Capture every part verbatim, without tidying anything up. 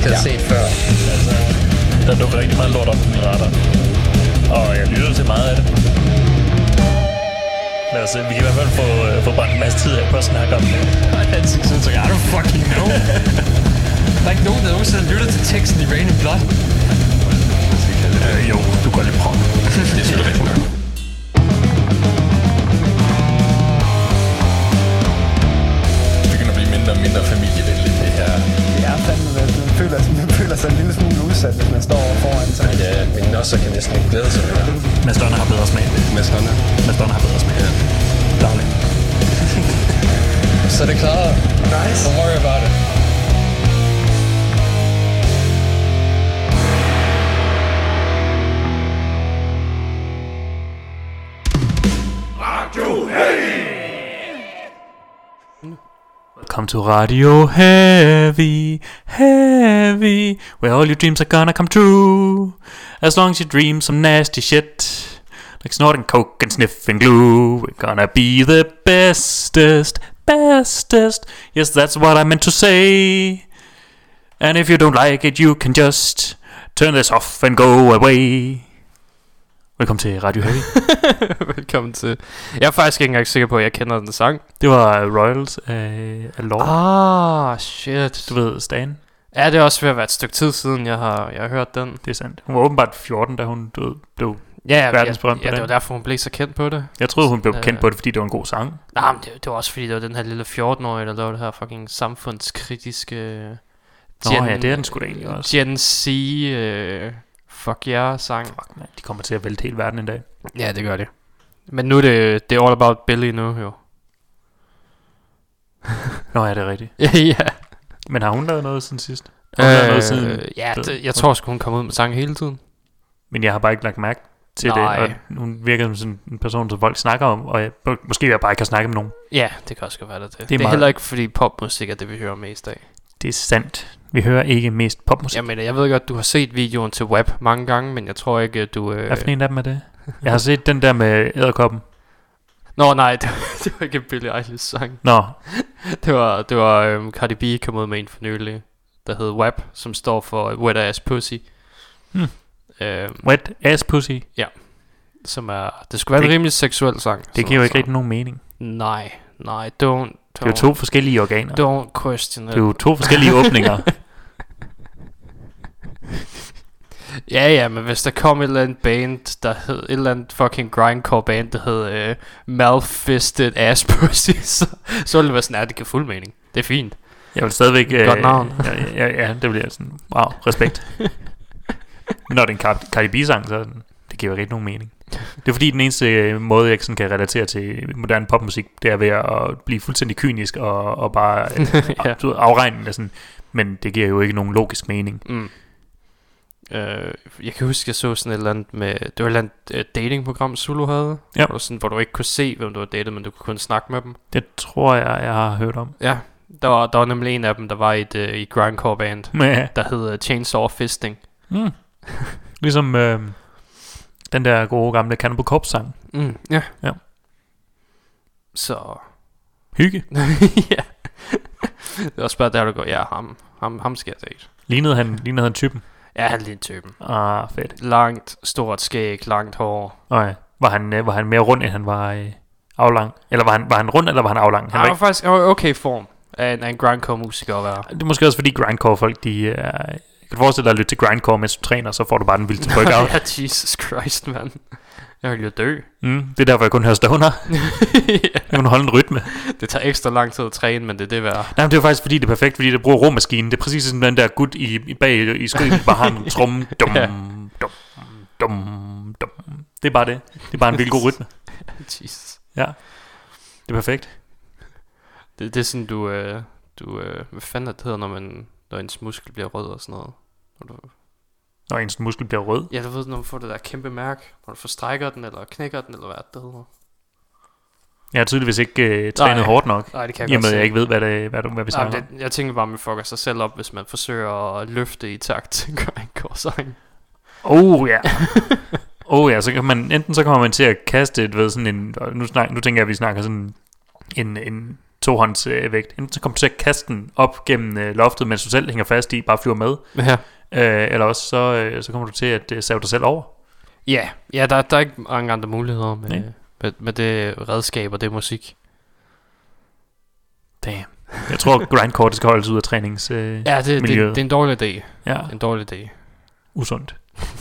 ikke havde ja. set før. Altså, der dukker rigtig meget lort op på min radar. Og jeg lytter til meget af det. Lad os se, vi kan i hvert fald få, uh, få brændt en masse tid her på at snakke om det. Og den synes jeg, I don't fucking know. Der er ikke nogen, der nogensinde lytter til teksten i Rain and Blood. Øh, jo, du går lige prøve. Det er selvfølgelig rigtigt nok. Det begynder at blive mindre og mindre familievenligt, det her. Ja, fandme, man føler, man føler sig en lille smule udsat, hvis man står foran sig. Ja, men også kan næsten ikke glæde sig mere. Mads Donner har bedre smag. Mads Donner. Mads Donner har bedre smag. Ja. Dagligt. Så det klarer. Nice. Don't worry about it. Come to Radio Heavy, Heavy, where all your dreams are gonna come true. As long as you dream some nasty shit, like snorting coke and sniffing glue, we're gonna be the bestest, bestest. Yes, that's what I meant to say. And if you don't like it, you can just turn this off and go away. Velkommen til Radio Heavy. Velkommen til. Jeg er faktisk ikke engang sikker på, at jeg kender den sang. Det var Royals af, af Lord. Ah, shit. Du ved, Stan. Ja, det er også ved at være et stykke tid siden, jeg har, jeg har hørt den. Det er sandt. Hun var åbenbart fjorten, da hun døde, blev ja, verdensberømt ja, på ja, den. det var derfor, hun blev så kendt på det. Jeg troede, hun blev sådan, kendt øh, på det, fordi det var en god sang. Nej, men det, det var også fordi, det var den her lille fjorten-årige, der lavede det her fucking samfundskritiske... Nå ja, det er den sgu da egentlig også. Gen Z... Øh, fuck yeah sang. Fuck, man, de kommer til at vælte hele verden en dag. Ja, det gør det. Men nu er det, det er all about Billy nu, jo. Nå ja, det er rigtigt. Ja. Men har hun lavet noget siden sidst? Har hun lavet Øh, noget siden? ja, det, jeg tror sgu, hun kommer ud med sang hele tiden. Men jeg har bare ikke lagt mærke til Nej. det. Og hun virker som sådan en person, som folk snakker om. Og jeg, måske jeg bare ikke har snakket med nogen. Ja, det kan også godt være det. Det, Det er det er meget- heller ikke fordi popmusik er det, vi hører mest af. Det er sandt. Vi hører ikke mest popmusik. Jamen, jeg ved godt, du har set videoen til Web mange gange, men jeg tror ikke, du... Øh... Hvad for en af dem er det? Jeg har set den der med edderkoppen. Nå, nej, det, det var ikke en Billie Eilish sang. Nå, Det var, det var øhm, Cardi B kom ud med en for nylig, der hed W A P, som står for Wet Ass Pussy. Hmm. Øhm, Wet Ass Pussy. som er... Det skulle være Det- en rimelig seksuel sang. Det giver jo ikke rigtig nogen mening. Nej, nej, don't... don't Det er jo to forskellige organer. Don't question it. Det er jo to forskellige åbninger. Ja, ja, men hvis der kom et eller andet band, der hed et eller andet fucking grindcore band, der hed uh, Malfisted Ass Pussy, så, så ville det være sådan, at det giver fuld mening. Det er fint. Jeg vil stadigvæk... Godt navn. Ja, ja, ja, det bliver sådan... Wow, respekt. Men når det er en Car- Cardi B-sang, så er den- det giver jo ikke nogen mening. Det er fordi, den eneste øh, måde, jeg sådan kan relatere til moderne popmusik, det er ved at blive fuldstændig kynisk og, og bare øh, Ja. du ved, afregnende. Sådan. Men det giver jo ikke nogen logisk mening. Mm. Uh, jeg kan huske, jeg så sådan et eller andet med... Det var et eller andet uh, datingprogram, Zulu havde. Ja. Hvor, sådan, hvor du ikke kunne se, hvem du var datet, men du kunne kun snakke med dem. Det tror jeg, jeg har hørt om. Ja, der var, der var nemlig en af dem, der var i et, uh, i et grindcore band, Men, der hed uh, Chainsaw Fisting. mm. Ligesom øh, den der gode gamle Cannibal Corpse sang. Mm, ja. Ja. Så... Hygge. ja. Det er også bare der, du går, ja, ham, ham, ham skal jeg date. Lignede han, lignede han typen? Ja, han er lige typen. Ah, fedt. Langt, stort skæg, langt hår. Okay. Var han, øh, var han mere rund, end han var øh, aflang? Eller var han, var han rund, eller var han aflang? Han Han var var faktisk han var i okay form af en, af en grindcore musiker at være. Det er måske også fordi grindcore folk, de er... Jeg kan forestille dig at lytte til grindcore, mens du træner, så får du bare den vildeste workout. Ja, Jesus Christ, mand. Jeg vil jo dø. mm, det er derfor, jeg kun hører stoner. Ja. Jeg kan holde en rytme. Det tager ekstra lang tid at træne, men det er det værd. Nej, men det er faktisk fordi, det er perfekt, fordi det bruger rummaskinen. Det er præcis som den der gut i, i bag i skødet, bare har en tromme. Dum, Ja. dum, dum, dum. Det er bare det. Det er bare en vild god rytme. Jesus. Ja, det er perfekt. Det, det er sådan, du... Øh, du øh, hvad fanden er det hedder, når, man, når ens muskel bliver rød og sådan noget? Når du, Når ens muskel bliver rød. ja, du ved, når du får det der kæmpe mærke. Når du forstrækker den, eller knækker den, eller hvad det hedder. Jeg har tydeligvis ikke uh, trænet Nej. hårdt nok. Nej, det kan jeg I og godt med, at se. jeg ikke ved, hvad, det, hvad, du, hvad vi Nej, snakker det, jeg tænker bare, at man fucker sig selv op, hvis man forsøger at løfte i takt til en grindcore-sang. Oh ja. Oh ja, så kan man enten så kommer man til at kaste et ved sådan en, og nu, snak, nu tænker jeg at vi snakker sådan en, en tohånds øh, vægt. Enten så kommer du til at kaste den op gennem øh, loftet, mens du selv hænger fast i, bare flyver med. Ja. Øh, eller også så, øh, så kommer du til at øh, save dig selv over. Ja, ja der, der er ikke mange andre muligheder med, Nej. med, med det redskab og det musik. Damn. Jeg tror, grindcore skal holdes ud af trænings øh, Ja, det, det, miljøet. det er en dårlig idé. Ja, En dårlig idé. usundt.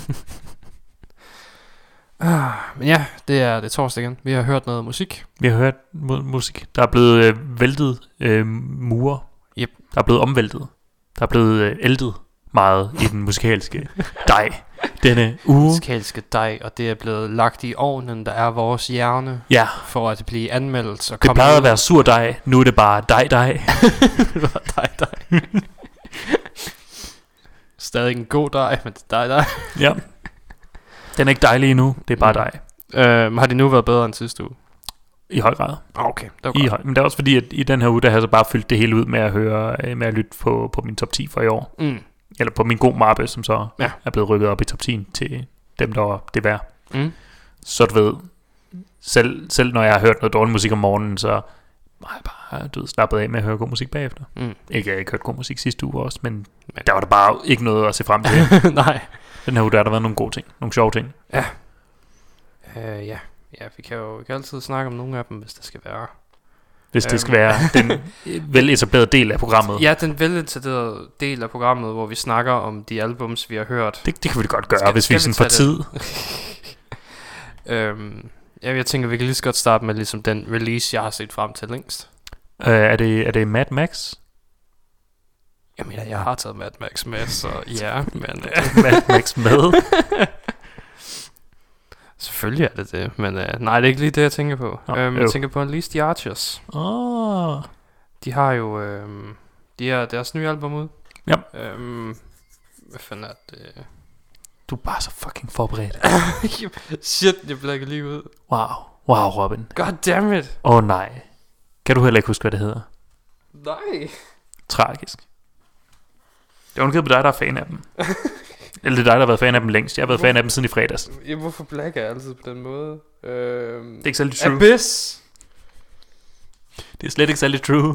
Ah, men ja, det er, det er torsdag igen. Vi har hørt noget musik. Vi har hørt mu- musik. Der er blevet øh, væltet øh, mure. Yep. Der er blevet omvæltet. Der er blevet øh, ældet meget i den musikalske dej denne uge. Musikalske dej, og det er blevet lagt i ovnen, der er vores hjerne, Ja, for at blive anmeldt og det komme plejede at ud. være sur dej. Nu er det bare dej dej. dej, dej. Stadig en god dej, men det er dej, dej. Ja. Den er ikke dejlig endnu. Det er bare dej. Øhm, har det nu været bedre end sidste uge? I høj grad. Okay, det var I godt. høj. Men det er også fordi, at i den her uge, der har jeg så bare fyldt det hele ud med at høre, øh, med at lytte på, på min top ti for i år. Mm. Eller på min god mappe, som så Ja. er blevet rykket op i top ti til dem, der var det værd. Mm. Så du ved, selv, selv når jeg har hørt noget dårlig musik om morgenen, så har jeg bare du ved, slappet af med at høre god musik bagefter. Mm. Ikke, jeg har ikke hørt god musik sidste uge også, men, Men- der var der bare ikke noget at se frem til. Nej. Den her uge, der har der været nogle gode ting, nogle sjove ting. Øh, ja. Ja, vi kan jo vi kan altid snakke om nogle af dem, hvis det skal være. Hvis det Øhm. skal være den veletablerede del af programmet. Ja, den veletablerede del af programmet, hvor vi snakker om de albums, vi har hørt. Det, det kan vi godt gøre, Skal- hvis vi skal vi sådan får tage tid. øhm, ja, jeg tænker, vi kan lige så godt starte med ligesom den release, jeg har set frem til længst. Uh, er, det, er det Mad Max? Jamen, jeg, jeg har taget Mad Max med, så ja, men Mad Max med? selvfølgelig er det det. Men uh, nej, det er ikke lige det, jeg tænker på. Nå, øhm, øv. jeg tænker på Unleashed the Archers. Åh. Oh. De har jo øhm, de har deres nye album ud. Ja. Øhm, hvad fanden er det? Du er bare så fucking forberedt. Shit, jeg blækker lige ud. Wow. Wow, Robin. God damn it. Åh oh, nej. Kan du heller ikke huske, hvad det hedder? Nej. Tragisk. Det er undergivet på dig, der er fan af dem. Eller det er dig, der har været fan af dem længst. Jeg har været fan af dem siden i fredags. Ja, hvorfor blækker jeg altid på den måde? Øhm, Det er ikke særlig true. Abyss. Det er slet ikke særlig true.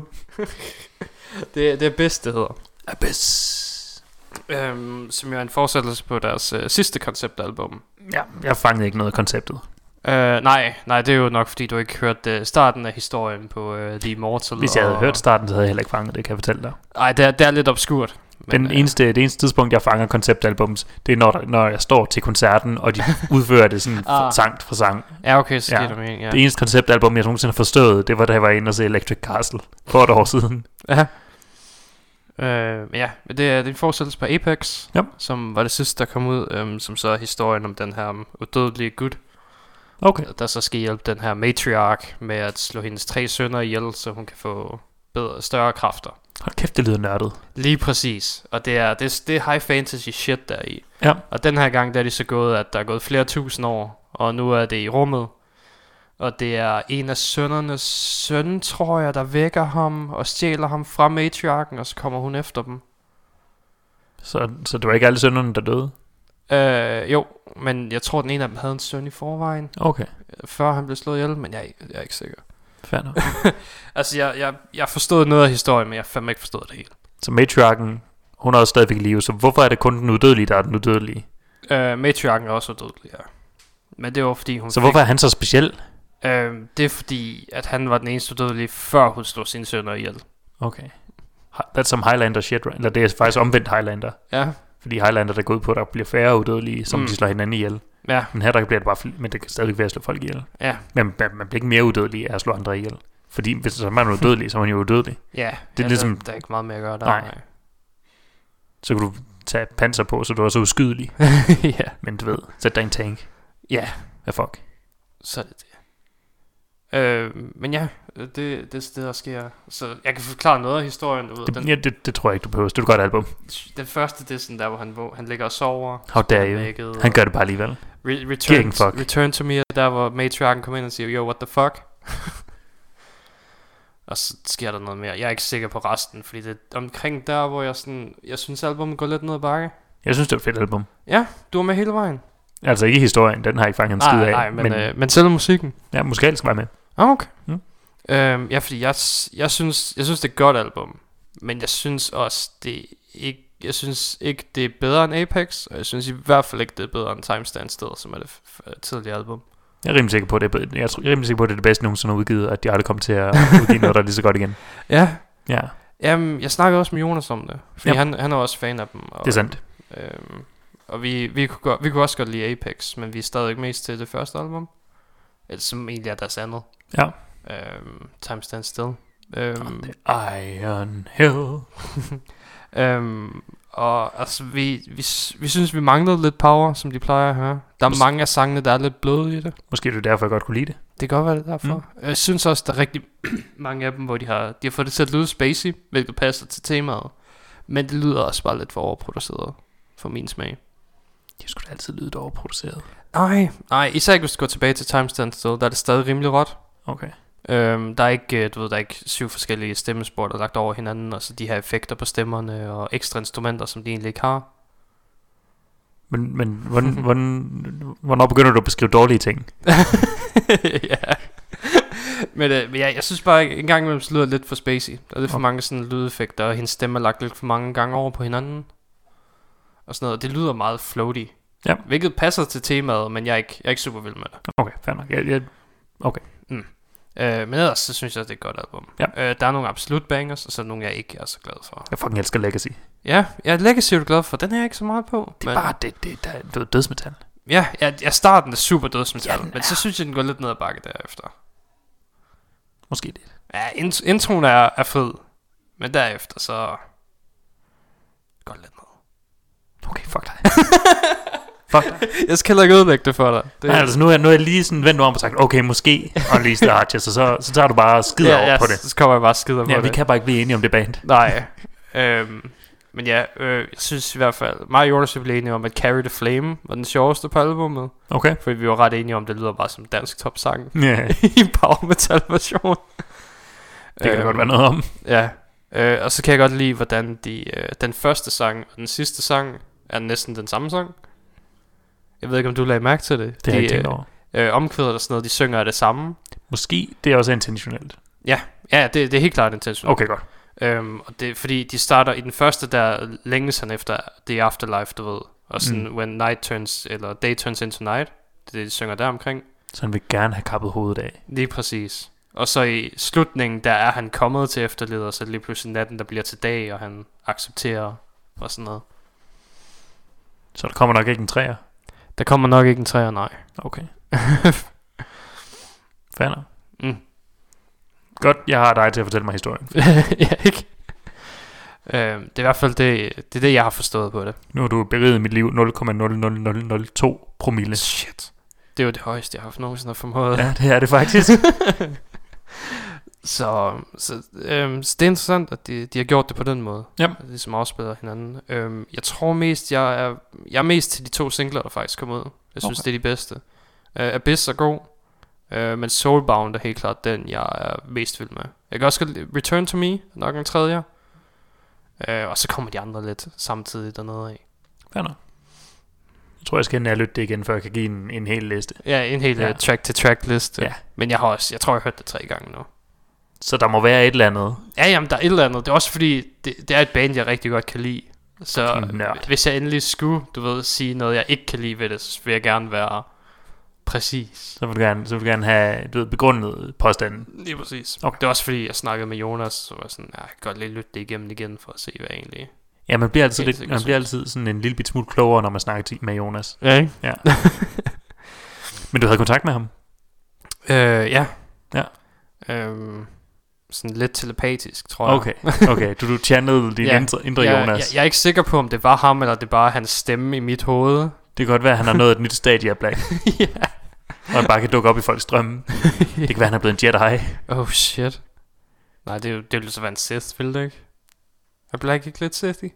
Det, er- det er Abyss, det hedder. Abyss. Øhm, som jo er en fortsættelse på deres øh, sidste konceptalbum. Ja, jeg fangede ikke noget af konceptet. Øh, nej, nej, det er jo nok fordi du ikke hørte øh, starten af historien på øh, The Immortal. Hvis jeg havde og... hørt starten, så havde jeg heller ikke fanget det, kan jeg fortælle dig. Nej, det er, det er lidt obskurt. Men, Den eneste, det eneste tidspunkt, jeg fanger konceptalbums, det er, når, der, når jeg står til koncerten, og de udfører det sådan Ah. sang for sang. Ja, okay, så Ja. giver det mening, ja. Det eneste konceptalbum, jeg nogensinde har forstået, det var, da jeg var inde og se Electric Castle for et år siden. Ja. Øh, men ja, men det er, det er en forestillelse på Apex, Ja. som var det sidste, der kom ud, øhm, som så er historien om den her um, udødelige gud, Okay. der så skal hjælpe den her matriark med at slå hendes tre sønner ihjel, så hun kan få bedre, større kræfter. Hold kæft, det lyder nørdet. Lige præcis. Og det er, det, er- det er high fantasy shit, der er i. Ja. Og den her gang, der er det så gået, at der er gået flere tusind år, og nu er det i rummet. Og det er en af sønnernes søn, tror jeg, der vækker ham og stjæler ham fra matriarken, og så kommer hun efter dem. Så, så det var ikke alle sønnerne, der døde? Øh, jo, men jeg tror, den ene af dem havde en søn i forvejen, Okay, før han blev slået ihjel, men jeg, er ikke- jeg er ikke sikker. fair nok. Altså, jeg, jeg, jeg forstod noget af historien, men jeg har fandme ikke forstået det helt. Så matriarken, hun er også stadigvæk i live, så hvorfor er det kun den udødelige, der er den udødelige? Øh, matriarken er også dødelig, ja. Men det var fordi hun Så fik, hvorfor er han så speciel? øh, det er fordi, at han var den eneste dødelige, før hun slog sine sønner ihjel. Okay. That's some Highlander shit, right? Eller det er faktisk omvendt Highlander. Ja, Fordi Highlander, der går ud på, at der bliver færre udødelige, som Mm. mm. de slår hinanden ihjel. ja, Men her der bliver det bare, fl- men det kan stadigvæk være at slå folk ihjel. ja, Men man, man bliver ikke mere udødelig af at slå andre ihjel. Fordi hvis så man er udødelig, så er man jo udødelig. ja. Det er ja, ligesom- der, der er ikke meget mere at gøre der. Nej. Så kan du tage panser på, så du er så uskydelig. ja, Men du ved, sæt dig en tank. ja, Hvad fuck? så er det det. Øh, men ja, det, det er det, der sker. Så jeg kan forklare noget af historien. Du ved, Det, den, ja, det, det tror jeg ikke, du behøver. Det er et godt album. den første, det er sådan der, hvor han, hvor han ligger og sover. How dare you. Vækket, Han gør det bare alligevel. Re- Giver return, ikke en fuck. return to me, der hvor matriarken kommer ind og siger, yo, what the fuck? Og så sker der noget mere. Jeg er ikke sikker på resten, fordi det er omkring der, hvor jeg sådan, jeg synes albumet går lidt ned ad bakke. Jeg synes, det er et fedt album. Ja, du er med hele vejen. Altså ikke historien, den har jeg ikke fanget en skid Nej, af. nej, men, men øh, men selve musikken. ja, musikalsk var jeg med. Ah, okay. Mm. Øhm, ja, fordi jeg, s- jeg, synes, jeg synes, det er et godt album. Men jeg synes også, det ikke, jeg synes ikke, det er bedre end Apex. Og jeg synes i hvert fald ikke, det er bedre end Time Stand Still, som er det f- f- tidligere album. Jeg er rimelig sikker på, at det er, jeg, tror, jeg er rimelig sikker på, at det er det bedste nogensinde har udgivet, at de aldrig kommer til at udgive noget, der er lige så godt igen. Ja. Ja, Jamen, jeg snakkede også med Jonas om det. Fordi Yep. han, han er også fan af dem. Og, det er sandt. Øhm, og vi, vi, kunne godt, vi kunne også godt lide Apex, men vi er stadig mest til det første album. Eller som egentlig er deres andet. Ja. Øhm, Time Stand Still. Øhm, Iron Hill. øhm, og altså, vi, vi, s- vi synes, vi manglede lidt power, som de plejer at høre. Der er Mås- mange af sangene, der er lidt bløde i det. Måske er det derfor, jeg godt kunne lide det. Det kan godt være det er derfor. Mm. Jeg synes også, der er rigtig mange af dem, hvor de har, de har fået det til at lyde spacey, hvilket passer til temaet. Men det lyder også bare lidt for overproduceret, for min smag. De skulle da altid lyde overproduceret. Nej, nej, især ikke hvis du går tilbage til Time Stand Still, der er det stadig rimelig råt. Okay. Øhm, der er ikke, øh, du ved, der er ikke syv forskellige stemmespor, der er lagt over hinanden, og så de her effekter på stemmerne og ekstra instrumenter, som de egentlig ikke har. Men, men hvordan, hvordan, hvornår begynder du at beskrive dårlige ting? Ja. Men, øh, men ja, jeg synes bare, en gang imellem så lyder det lidt for spacey. Der er lidt for Okay. mange sådan lydeffekter, og hendes stemme er lagt lidt for mange gange over på hinanden. Og sådan noget, det lyder meget floaty. Ja. Hvilket passer til temaet, men jeg er ikke, jeg er ikke super vild med det. Okay, fair nok. Jeg, jeg, okay. Øh, men ellers så synes jeg, det er et godt album. Ja. Øh, der er nogle absolut bangers, og så er nogle, jeg ikke er så glad for. Jeg fucking elsker Legacy. Ja, ja, Legacy er du glad for. Den er jeg ikke så meget på. Det er bare det, det, der, det er dødsmetal. Ja, ja, ja, starten er super dødsmetal, Ja, den men så synes jeg, den går lidt ned ad bakke derefter. Måske det. Ja, int- introen er, er fed, men derefter så går det lidt ned. Okay, fuck dig. Fuck dig. Jeg skal heller ikke ødelægge det for dig. Det, Nej, altså nu er, nu er jeg lige sådan vendt om og sagt, okay, måske Unleash the Archers, og så, så tager du bare skider ja, over ja, på det. så kommer jeg bare skider på Ja, det. vi kan bare ikke blive enige om det band. Nej, øhm, men ja, øh, jeg synes i hvert fald, mig og Jonas blev enige om, at Carry the Flame var den sjoveste på albumet. Okay. Fordi vi var ret enige om, det lyder bare som dansk topsang Ja, i en power metal version. det kan der godt være noget om. Ja, øh, og så kan jeg godt lide, hvordan de, øh, den første sang og den sidste sang er næsten den samme sang. Jeg ved ikke, om du lagde mærke til det. Det har jeg de, ikke tænkt over. øh, omkvædet og sådan noget, de synger af det samme. Måske det er også intentionelt. Ja, ja det, det er helt klart intentionelt. Okay, godt. Øhm, og det er fordi, de starter i den første, der længes han efter The Afterlife, du ved. Og sådan, Mm. when night turns, eller day turns into night. Det er det, de synger der omkring. Så han vil gerne have kappet hovedet af. Lige præcis. Og så i slutningen, der er han kommet til efterlivet, og så er det lige pludselig natten, der bliver til dag, og han accepterer og sådan noget. Så der kommer nok ikke en træer. Der kommer nok ikke en træer, nej. Okay. Fair nok. Mm. Godt, jeg har dig til at fortælle mig historien. Ja, ikke? Øhm, det er i hvert fald det, det, er det, jeg har forstået på det. Nu har du beriget mit liv nul komma nul nul nul nul to promille. Shit. Det er jo det højeste, jeg har haft nogensinde formået. Ja, det er det faktisk. Så, så, øhm, så det er interessant, at de, de har gjort det på den måde. Ja. At de ligesom afspiller hinanden. Øhm, jeg tror mest, jeg er, jeg er mest til de to singler, der faktisk kom ud. Jeg synes, Okay. det er de bedste. Uh, Abyss er god, uh, men Soulbound er helt klart den, jeg er mest vild med. Jeg kan også godt lide Return to Me, nok en tredje. Uh, og så kommer de andre lidt samtidig dernede af. Fair nok. Jeg tror, jeg skal lytte det igen, før jeg kan give en, en hel liste. Ja, en hel Ja. ja. track-to-track liste. Ja. Men jeg har også, jeg tror, jeg har hørt det tre gange nu. Så der må være et eller andet. Ja, jamen, der er et eller andet. Det er også fordi, det, det er et band, jeg rigtig godt kan lide. Så Fucking nørd. hvis jeg endelig skulle, du ved, sige noget, jeg ikke kan lide ved det, så vil jeg gerne være præcis. Så vil du gerne, så vil du gerne have, du ved, begrundet påstanden. Lige præcis. Okay. Det er også fordi, jeg snakkede med Jonas, så var jeg sådan, ja, jeg kan godt lige lytte det igennem igen, for at se, hvad egentlig... Ja, man bliver altid, Helt lidt, sikkert man bliver altid sådan en lille bit smule klogere, når man snakker til- med Jonas. Ja, ikke? Ja. Men du havde kontakt med ham? Øh, ja. Ja. Øhm, sådan lidt telepatisk, tror jeg. Okay, okay. Du, du channelede din Ja. indre, indre jeg, Jonas. jeg, jeg er ikke sikker på, om det var ham, eller det bare hans stemme i mit hoved. Det kan godt være, at han har nået et nyt stadie af Black. Ja. Og han bare kan dukke op i folks drømme. Det kan være, han er blevet en Jedi. Oh shit. Nej, det, er jo- det ville så være en Sith, ville det ikke? Er Black ikke lidt Sithy?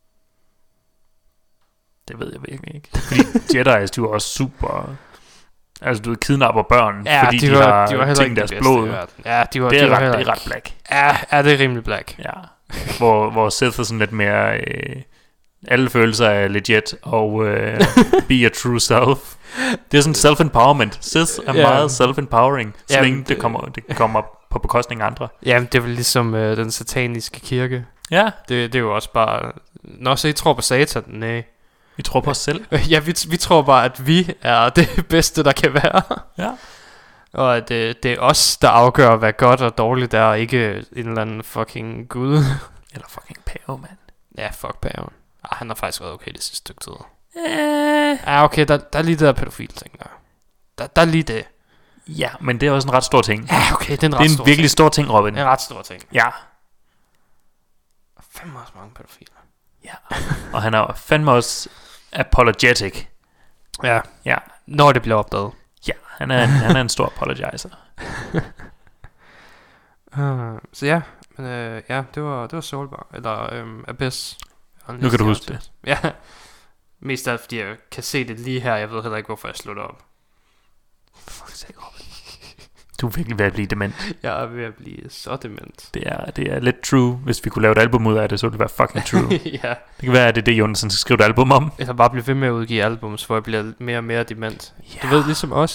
Det ved jeg virkelig ikke. Fordi Jedi's, de er også super... Altså, du kidnapper børn, Ja, fordi de, de, var, har de var heller ting ikke deres de bedste blod. i verden. Ja, de var, Det de er, var ret, heller det er ret ikke- Black. Ja, ja, det er rimelig Black. Ja. Hvor, hvor Sith er sådan lidt mere... Øh, alle følelser er legit, og øh, be a true self. Det er sådan self-empowerment. Sith er Ja. meget self-empowering, så Jamen, længe det det- kommer, det kommer på bekostning af andre. Jamen, det er vel ligesom øh, den sataniske kirke. Ja, Det, det er jo også bare... Nå, så I tror på satan? Nej. vi tror på os selv. Ja, vi, vi tror bare, at vi er det bedste, der kan være. Ja. Og at det, det er os, der afgør, hvad godt og dårligt er, og ikke en eller anden fucking gud. Eller fucking pave, mand. Ja, fuck paven. Ah, han har faktisk været okay det sidste stykke tid. Øh. Ja, okay, der, der er lige det der pædofil ting der. der. Der er lige det. Ja, men det er også en ret stor ting. Ja, okay, det er en ret Det er stor en virkelig ting. stor ting, Robin. Det er en ret stor ting. Ja. Fandme også mange pædofiler. Ja. Og han er fandme også apologetic. Ja, Ja. når det bliver opdaget. Ja, han er en, han er en stor apologizer. Uh, så ja, men uh, ja, det var, det var Soulbar, eller um, Abyss. Nu kan du huske det. Ja, mest af alt, fordi jeg kan se det lige her. Jeg ved heller ikke, hvorfor jeg slutter op. Fuck sake, Robin. Du er virkelig ved at blive dement. Jeg er ved at blive så dement. Det er, det er lidt true. Hvis vi kunne lave et album ud af det, så ville det være fucking true. Ja, Det kan være, at det er det, Jonsen skal skrive et album om. eller bare blive ved med at udgive albums, hvor jeg bliver mere og mere dement. Ja. Du ved, ligesom Ozzy.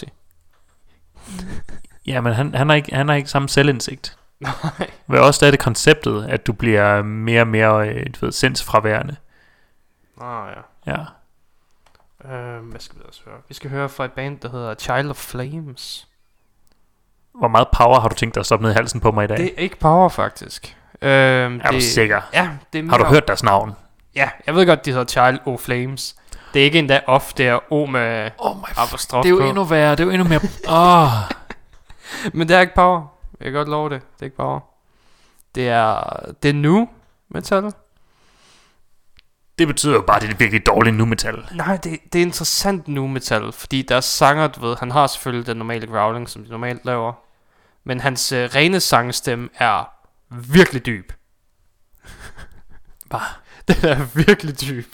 Ja, men han, han, har ikke, han har ikke samme selvindsigt. Nej. Hvad også er det konceptet, at du bliver mere og mere, øh, du ved, sindsfraværende. Ah, ja. Ja. Uh, hvad skal vi også høre? Vi skal høre fra et band, der hedder Child of Flames. Hvor meget power har du tænkt dig at stoppe ned i halsen på mig i dag? Det er ikke power, faktisk. Uh, er det, du sikker? Ja, det er mere... Har du hørt deres navn? Ja, jeg ved godt, de hedder Child of Flames. Det er ikke endda off, det er O med Oh my apostrof Det er jo på. endnu værre, det er jo endnu mere... Åh. Oh. Men det er ikke power. Jeg kan godt love det. Det er ikke power. Det er, det er nu metal. Det betyder jo bare, at det er virkelig dårligt nu metal. Nej, det, det er interessant nu metal. Fordi deres sanger, du ved, han har selvfølgelig den normale growling, som de normalt laver. Men hans øh, rene sangstemme er virkelig dyb. Bare. Den er virkelig dyb.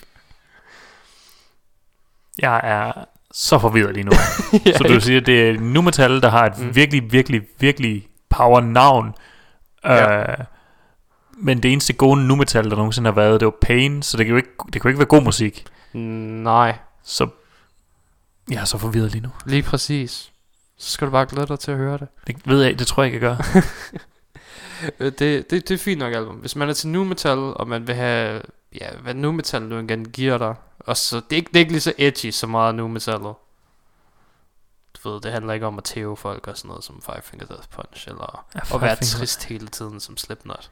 Jeg er så forvirret lige nu. Ja, Så du siger, det er nu metal, der har et Mm. virkelig, virkelig, virkelig power navn. Ja. Øh, men det eneste gode nu metal, der nogensinde har været, det var Pain. Så det kan jo ikke, det kan jo ikke være god musik. Nej, Så jeg er så forvirret lige nu. lige præcis. Så skal du bare glæde dig til at høre det. Det ved jeg, det tror jeg ikke, jeg gør. Øh, det, det, det er fint nok album. Hvis man er til nu metal, og man vil have, ja, hvad nu metal nu igen giver dig. Og så, det er, ikke, det er ikke lige så edgy så meget nu metallet. Du ved, det handler ikke om at tæve folk og sådan noget som Five Finger Death Punch, eller Ja, at Five være Finger- trist hele tiden som Slipknot.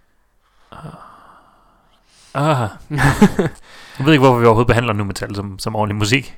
Ah. Jeg ved ikke, hvorfor vi overhovedet behandler nu metal som, som ordentlig musik.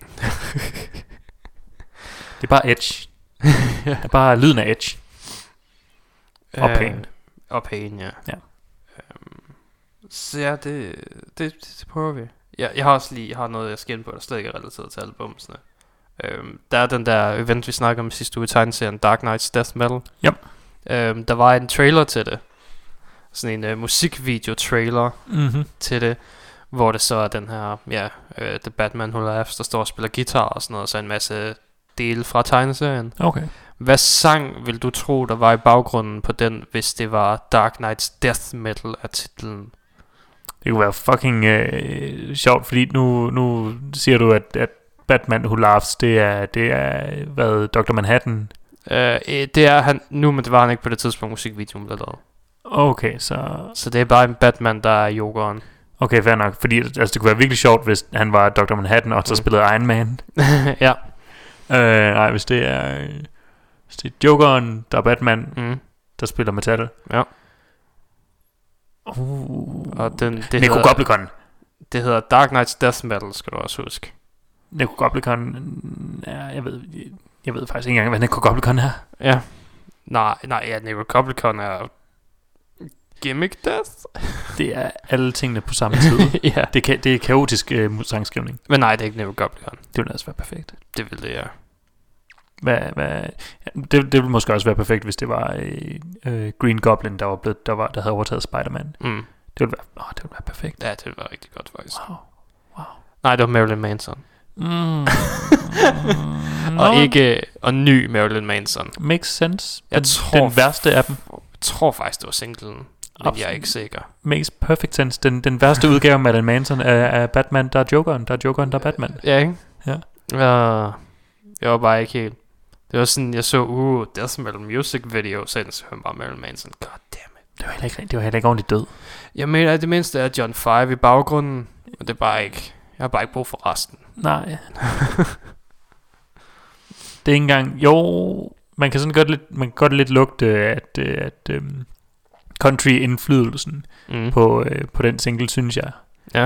Det er bare edge. Det er bare lyden af edge. Og Pain. Øh, og Pain, ja. Ja. Øhm, så ja, det, det, det, det prøver vi. Ja, jeg har også lige jeg har noget, jeg skal ind på, der slet ikke er relateret til albumsene. Øhm, der er den der event, vi snakkede om sidste uge i tegneserien, Dark Knight's Death Metal. Yep. Øhm, der var en trailer til det. Sådan en uh, musikvideo-trailer Mm-hmm. til det. Hvor det så er den her, ja, uh, The Batman Who Laughs, der står og spiller guitar og sådan noget. Så en masse dele fra tegneserien. Okay. Hvad sang vil du tro, der var i baggrunden på den, hvis det var Dark Knight's Death Metal af titlen? Det kunne være fucking øh, sjovt, fordi nu, nu siger du, at, at Batman Who Laughs, det er, det er hvad, doktor Manhattan. Uh, det er han nu, men det var han ikke på det tidspunkt, musikvideoen blev lavet. Okay, så... Så det er bare en Batman, der er jokeren. Okay, fair nok. Fordi altså, det kunne være virkelig sjovt, hvis han var doktor Manhattan, og så Mm. spillede Iron Man. Ja. Øh, nej, hvis det er... øh, Hvis det er Jokeren, der er Batman, Mm. der spiller metal. Ja. Uh. Og den, det, Neko hedder, Goblikon. det hedder Dark Knight's Death Metal, skal du også huske. Neko Goblikon... Ja, jeg ved... Jeg ved faktisk ikke engang, hvad Neko Goblikon er. Ja. Nej, nej, ja, Necrocoplicon er Gimmick Death. Det er alle tingene på samme tid. Ja. Det, kan, det er kaotisk øh, sangskrivning. Men nej, det er ikke Necrocoplicon. Det ville altså være perfekt. Det vil det, ja. Hvad, hvad, ja, det, det ville måske også være perfekt, hvis det var øh, øh, Green Goblin, der var blevet, der var der havde overtaget Spider-Man. Mm. Det ville være, åh, det ville være perfekt. Ja, det vil være rigtig godt, faktisk. Wow. Wow. Nej, det var Marilyn Manson. Mm. mm. Og ikke og ny Marilyn Manson. Makes sense. Jeg Den, tror den værste af dem. Jeg tror faktisk, det var singlen. Men Absolut. jeg er ikke sikker. Makes perfect sense. Den, den værste udgave af Marilyn Manson er, er Batman, der er Jokeren. Der er Jokeren, der er Batman. Ja, ikke? Ja. Uh, jeg var bare ikke helt... Det var sådan, jeg så, uh, Death Metal Music Video, så så hørte bare Marilyn Manson. God damn it. Det var heller ikke, det var heller ikke ordentligt død. Jeg mener, at det mindste er John five i baggrunden, men det er bare ikke, jeg har bare ikke brug for resten. Nej. Det er ikke engang, jo, man kan sådan godt lidt, man kan godt lidt lugte, at, at um, country-indflydelsen mm. på, uh, på den single, synes jeg. Ja.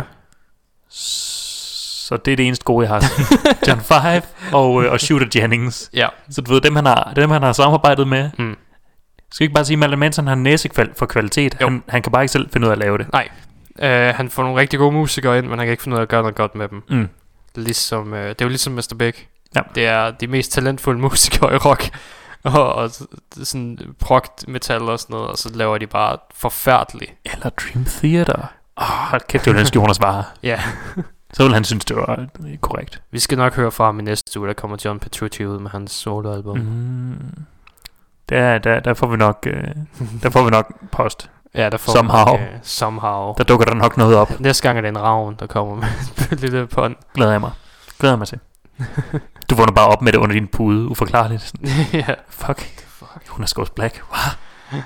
Så det er det eneste gode, jeg har. John five og, uh, og Shooter Jennings. Ja. Så du ved, dem han har, dem han har samarbejdet med. Mm. Skal ikke bare sige, at Marilyn Manson har næse for kvalitet. Han, han kan bare ikke selv finde ud af at lave det. Nej. Uh, han får nogle rigtig gode musikere ind, men han kan ikke finde ud af at gøre noget godt med dem. Mm. Ligesom, uh, det er jo ligesom mister Big. Ja. Det er de mest talentfulde musikere i rock. Og, og sådan prog metal og sådan noget. Og så laver de bare forfærdeligt. Eller Dream Theater. Åh, oh, hold kæft, det var den skjorne svare. Ja. Så vil han synes, det var korrekt. Vi skal nok høre fra ham i næste uge. Der kommer John Petrucci ud med hans soloalbum. Mm. Der, der, der får vi nok øh, der får vi nok post. Ja, der får somehow. Vi nok, uh, somehow. Der dukker der nok noget op. Næste gang er det en ravn, der kommer med et lille pånd. Glæder jeg mig. Glæder mig til. Du vågner bare op med det under din pude, uforklarligt. Ja. Fuck. Fuck. Hun er Scott Black. Wow.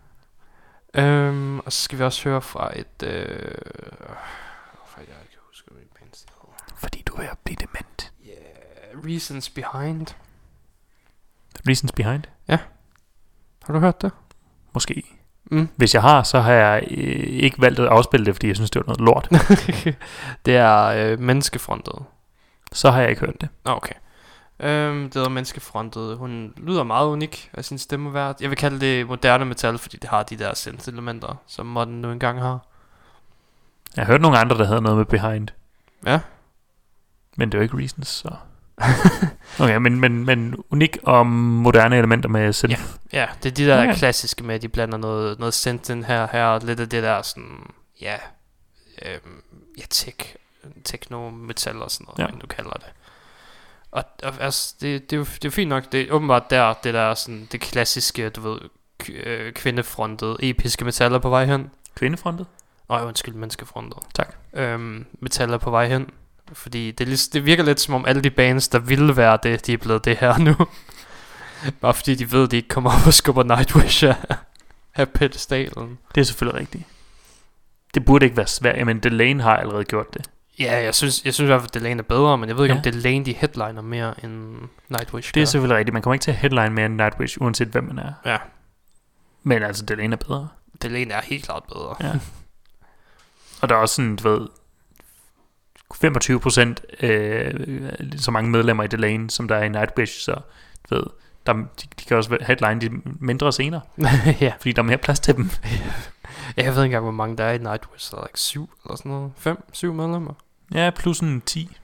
Øhm, og så skal vi også høre fra et... Øh, hvorfor jeg ikke husker min bandstil. Fordi du er ved at blive dement. Yeah, Reasons Behind. Reasons Behind? Ja. Har du hørt det? Måske. Mm. Hvis jeg har, så har jeg øh, ikke valgt at afspille det, fordi jeg synes, det var noget lort. Det er øh, menneskefrontet. Så har jeg ikke hørt det. Okay. Øhm, det er menneskefrontet. Hun lyder meget unik af sin stemmevært. Jeg vil kalde det moderne metal, fordi det har de der synth-elementer, som Modern nu engang har. Jeg har hørt nogle andre, der havde noget med Behind. Ja. Men det er jo ikke Reasons, så... Okay, men, men, men unik og moderne elementer med synth. Ja, ja, det er de der okay. klassiske med, at de blander noget, noget synth ind her, her, og lidt af det der sådan, ja, øhm, ja, tech, techno, metal og sådan noget, ja. Hvad du kalder det. Og, og altså, det, det, er jo, det er jo fint nok, det er åbenbart der, det der sådan, det klassiske, du ved, k- øh, kvindefrontet, episke metaller på vej hen. Kvindefrontet? Nej, undskyld, menneskefrontet. Tak. Øhm, metaller på vej hen. Fordi det, det virker lidt som om alle de bands, der ville være det, de er blevet det her nu. Bare fordi de ved, at de ikke kommer op og skubber Nightwish af, af pedestalen. Det er selvfølgelig rigtigt. Det burde ikke være svært, men Delain har allerede gjort det. Ja, jeg synes, jeg synes i hvert fald, at Delain er bedre, men jeg ved ikke, ja. om Delain de headliner mere end Nightwish. Det er selvfølgelig rigtigt. Man kommer ikke til at headline mere end Nightwish, uanset hvem man er. Ja. Men altså, Delain er bedre. Delain er helt klart bedre. Ja. Og der er også sådan, du ved, femogtyve procent øh, så mange medlemmer i Delain, som der er i Nightwish, så du ved, der, de, de kan også headline de mindre scener. Ja. Fordi der er mere plads til dem. Jeg ved ikke engang, hvor mange der er i Nightwish. Der er like syv eller sådan noget. Fem, syv medlemmer. Ja, plus en ti.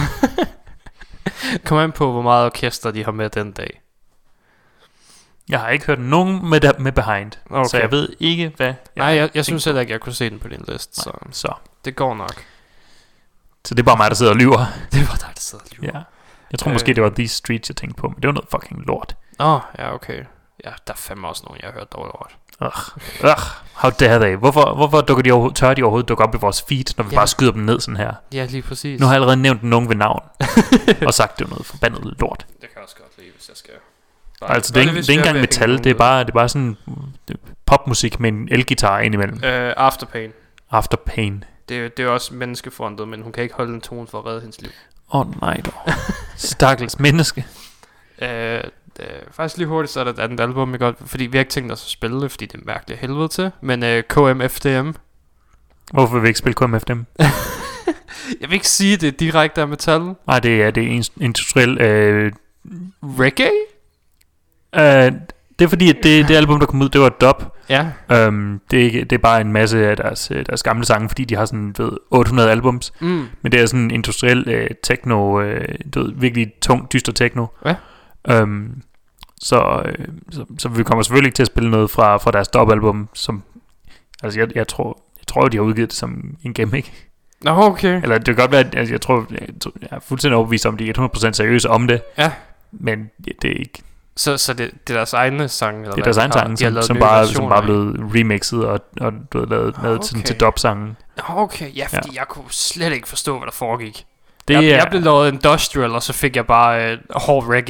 Kom an på, hvor meget orkester de har med den dag. Jeg har ikke hørt nogen med, der, med Behind. Okay. Så jeg ved ikke, hvad... Jeg Nej, jeg, jeg synes heller ikke, jeg kunne se den på din liste. Så. så det går nok. Så det er bare mig, der sidder og lyver. Det var dig, der sidder og lyver. Ja. Jeg tror øh. måske, det var These Streets, jeg tænkte på. Men det var noget fucking lort. Åh, oh, ja, okay. Ja, der er fandme også nogen, jeg har hørt dårligt lort. Ugh. Ugh. How dare they? Hvorfor, hvorfor dukker de overhovedet, tør de overhovedet dukke op i vores feed, når vi ja. bare skyder dem ned sådan her? Ja, lige præcis. Nu har jeg allerede nævnt nogen ved navn. Og sagt, det er noget forbandet lort. Det kan jeg også godt lide, hvis jeg skal... Bare, altså, det er, ikke, det er ikke engang metal. Det er bare, det er bare sådan popmusik med en elgitar indimellem. Uh, Afterpain. Afterpain. Det, det er også menneskefrontet, men hun kan ikke holde en tone for at redde hendes liv. Åh oh, nej dog. Stakkels menneske. Uh, det, faktisk lige hurtigt, så er der et andet album, jeg godt, fordi vi har ikke tænkt os at spille det, fordi det er mærkeligt helvede til. Men uh, K M F D M. Hvorfor vil vi ikke spille K M F D M? Jeg vil ikke sige, det er direkte af metal. Nej, det er, det er industriel... Øh, reggae? Uh, det er fordi, at det, det album, der kom ud, det var dub. Ja. Um, det, er ikke, det er bare en masse af deres, deres gamle sange, fordi de har sådan, ved, otte hundrede albums. Mm. Men det er sådan industriel uh, techno, uh, du ved, virkelig tung, dyster techno. Ja. Um, så, uh, så, så vi kommer selvfølgelig ikke til at spille noget fra, fra deres dub-album, som, altså jeg, jeg tror, jeg tror, de har udgivet det som en gimmick. Nå, okay. Eller det kan godt være, at altså, jeg tror, jeg, jeg er fuldstændig overbevist om, de er hundrede procent seriøse om det. Ja. Men ja, det er ikke... Så, så det, det er deres egne sang? Eller det er deres egne sang, som, som bare som bare blevet remixet og, og du ved, lavet, oh, lavet okay. til, til dub-sangen. Okay, ja, fordi ja. jeg kunne slet ikke forstå, hvad der foregik. Det jeg, er, jeg blev lovet industrial, og så fik jeg bare uh, hård reggae.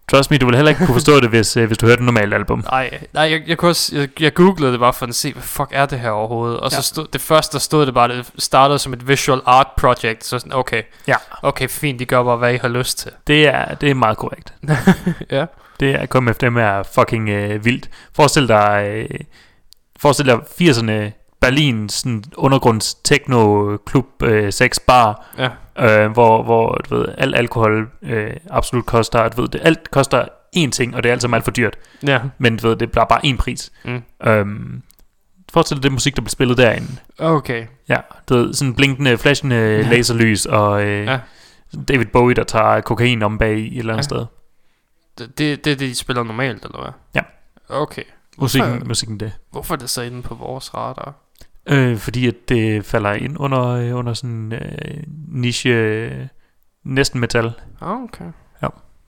Trust me, du vil heller ikke kunne forstå det, hvis, øh, hvis du hørte et normalt album. Nej, nej jeg, jeg, kunne også, jeg, jeg googlede det bare for at se, hvad fuck er det her overhovedet. Og ja. så stod det første, der stod det bare, det startede som et visual art project. Så sådan, okay, ja. okay, fint, de gør bare, hvad I har lyst til. Det er, det er meget korrekt. Ja. Det er kommet efter dem er fucking øh, vildt. Forestil dig, øh, forestil dig firserne Berlin, sådan undergrunds techno klub, øh, sex bar, ja. øh, hvor, hvor du ved, al alkohol øh, absolut koster, du ved, det, alt koster én ting, og det er altid alt for dyrt. Ja. Men du ved, det bliver bare én pris. Mm. Øhm, forestil dig det musik, der bliver spillet derinde. Okay. Ja, du ved, sådan blinkende, flashende ja. laserlys, og øh, ja. David Bowie, der tager kokain om bag i et eller andet ja. sted. Det, det, det er det, de spiller normalt, eller hvad? Ja. Okay. Musikken, hvorfor, musikken det. Hvorfor er det så inde på vores radar? Øh, fordi at det falder ind under, øh, under sådan øh, niche, øh, næsten metal. Okay. Ja.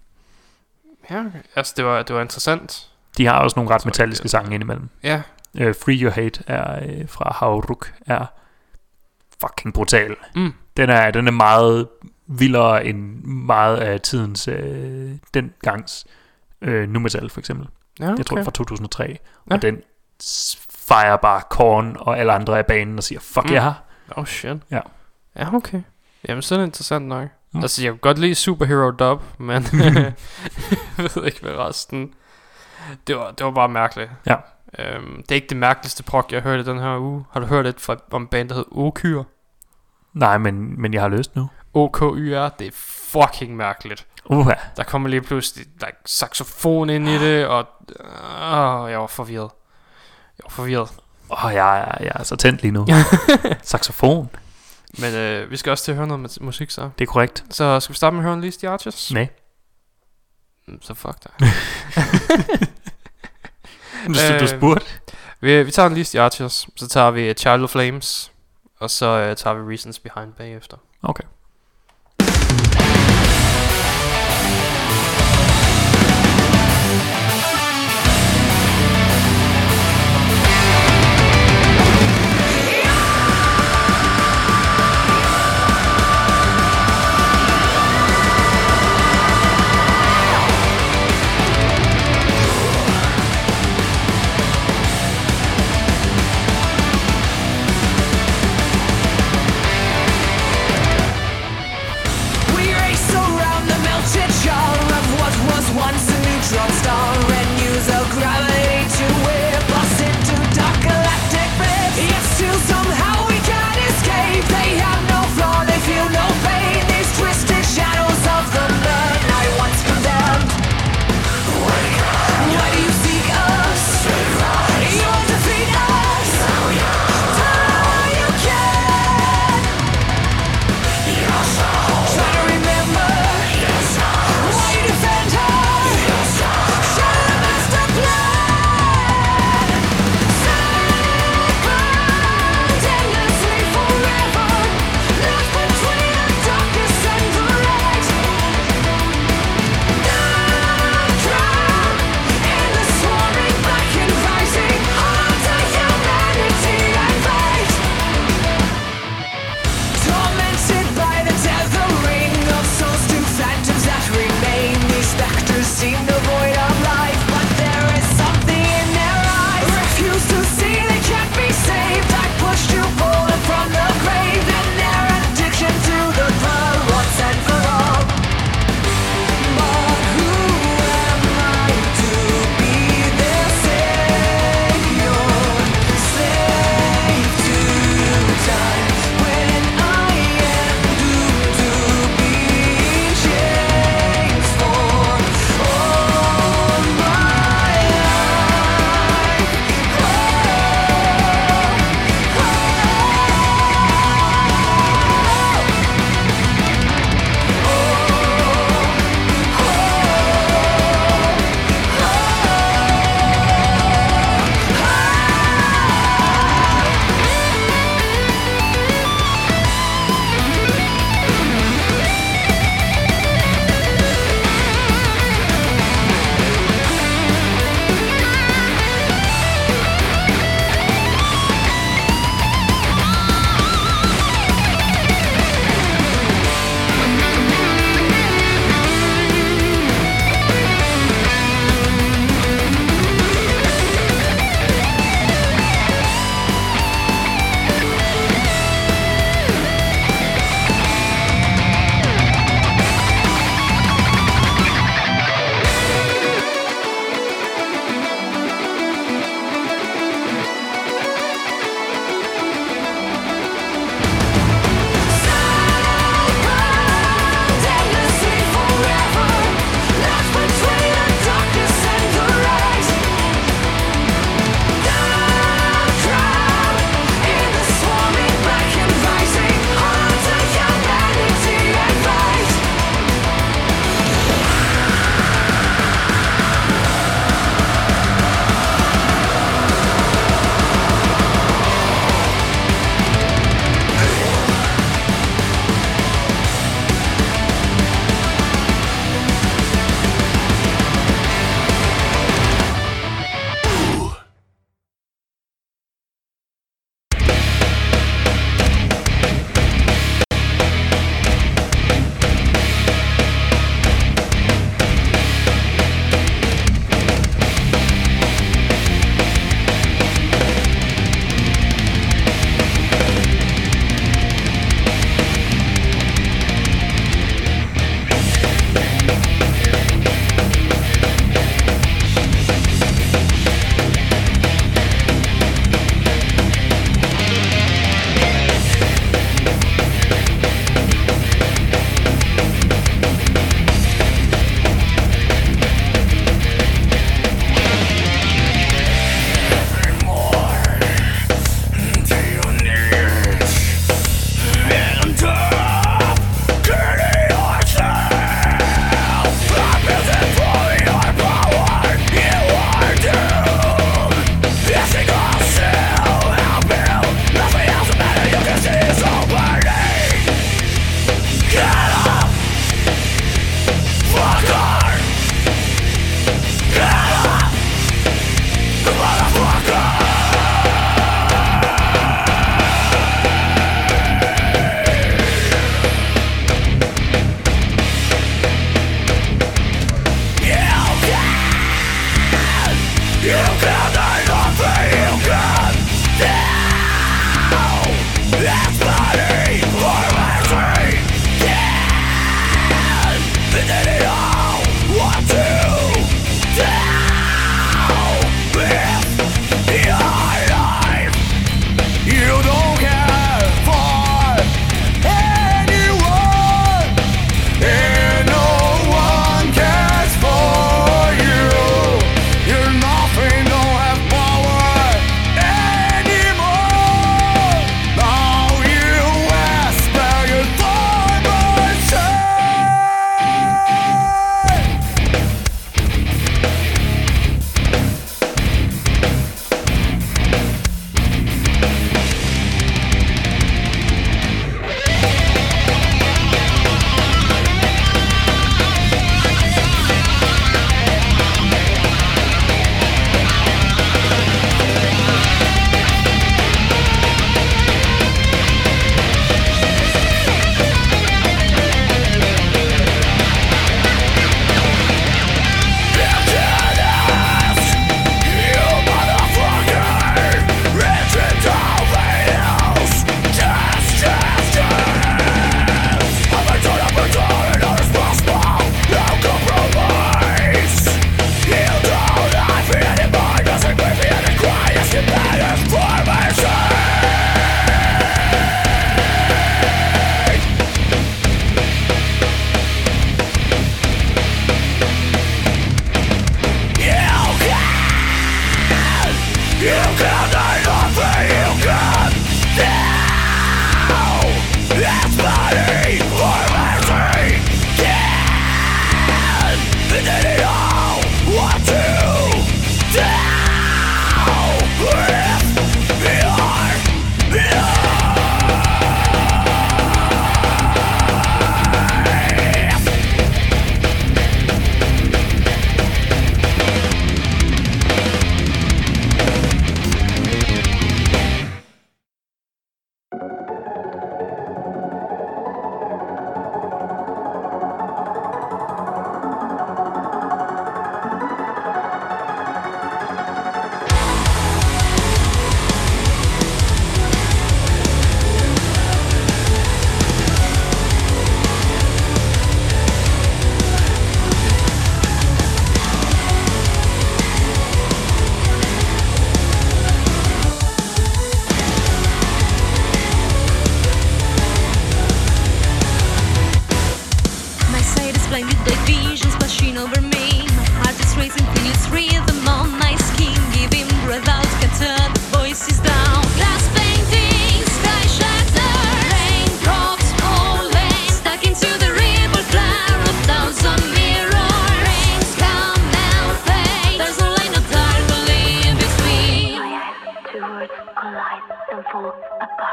Ja, okay. Altså det var, det var interessant. De har også nogle ret metalliske sange indimellem. Ja. øh, Free Your Hate er øh, fra Havruk er fucking brutal. Mm. Den er, den er meget vildere end meget af tidens øh, dengangs øh, nu metal for eksempel. Ja, okay. Jeg tror det var fra to tusind og tre. Ja. Og den fejrer bare Korn og alle andre af banen og siger fuck mm. ja. Oh shit. Ja. Ja, okay. Jamen så er det interessant nok. mm. Altså jeg kunne godt lide Superhero Dub, men jeg ved ikke med resten. Det var, det var bare mærkeligt. Ja. øhm, Det er ikke det mærkeligste prog jeg hørte den her uge. Har du hørt et fra, om en band der hed Okyr? Nej, men, men jeg har lyst nu. O K Y R. Det er fucking mærkeligt. Uha. Der kommer lige pludselig like, saxofon ind i det. Og øh, jeg var forvirret. Jeg var forvirret. Åh, oh, jeg, jeg, jeg er så tændt lige nu. Saxofon. Men øh, vi skal også til at høre noget med musik så. Det er korrekt. Så skal vi starte med at høre en Least the Archers? Nej. Så fuck dig. Hvis øh, du spurgte. vi, vi tager en Least the Archers. Så tager vi Child of Flames. Og så uh, tager vi Reasons Behind bagefter. Okay.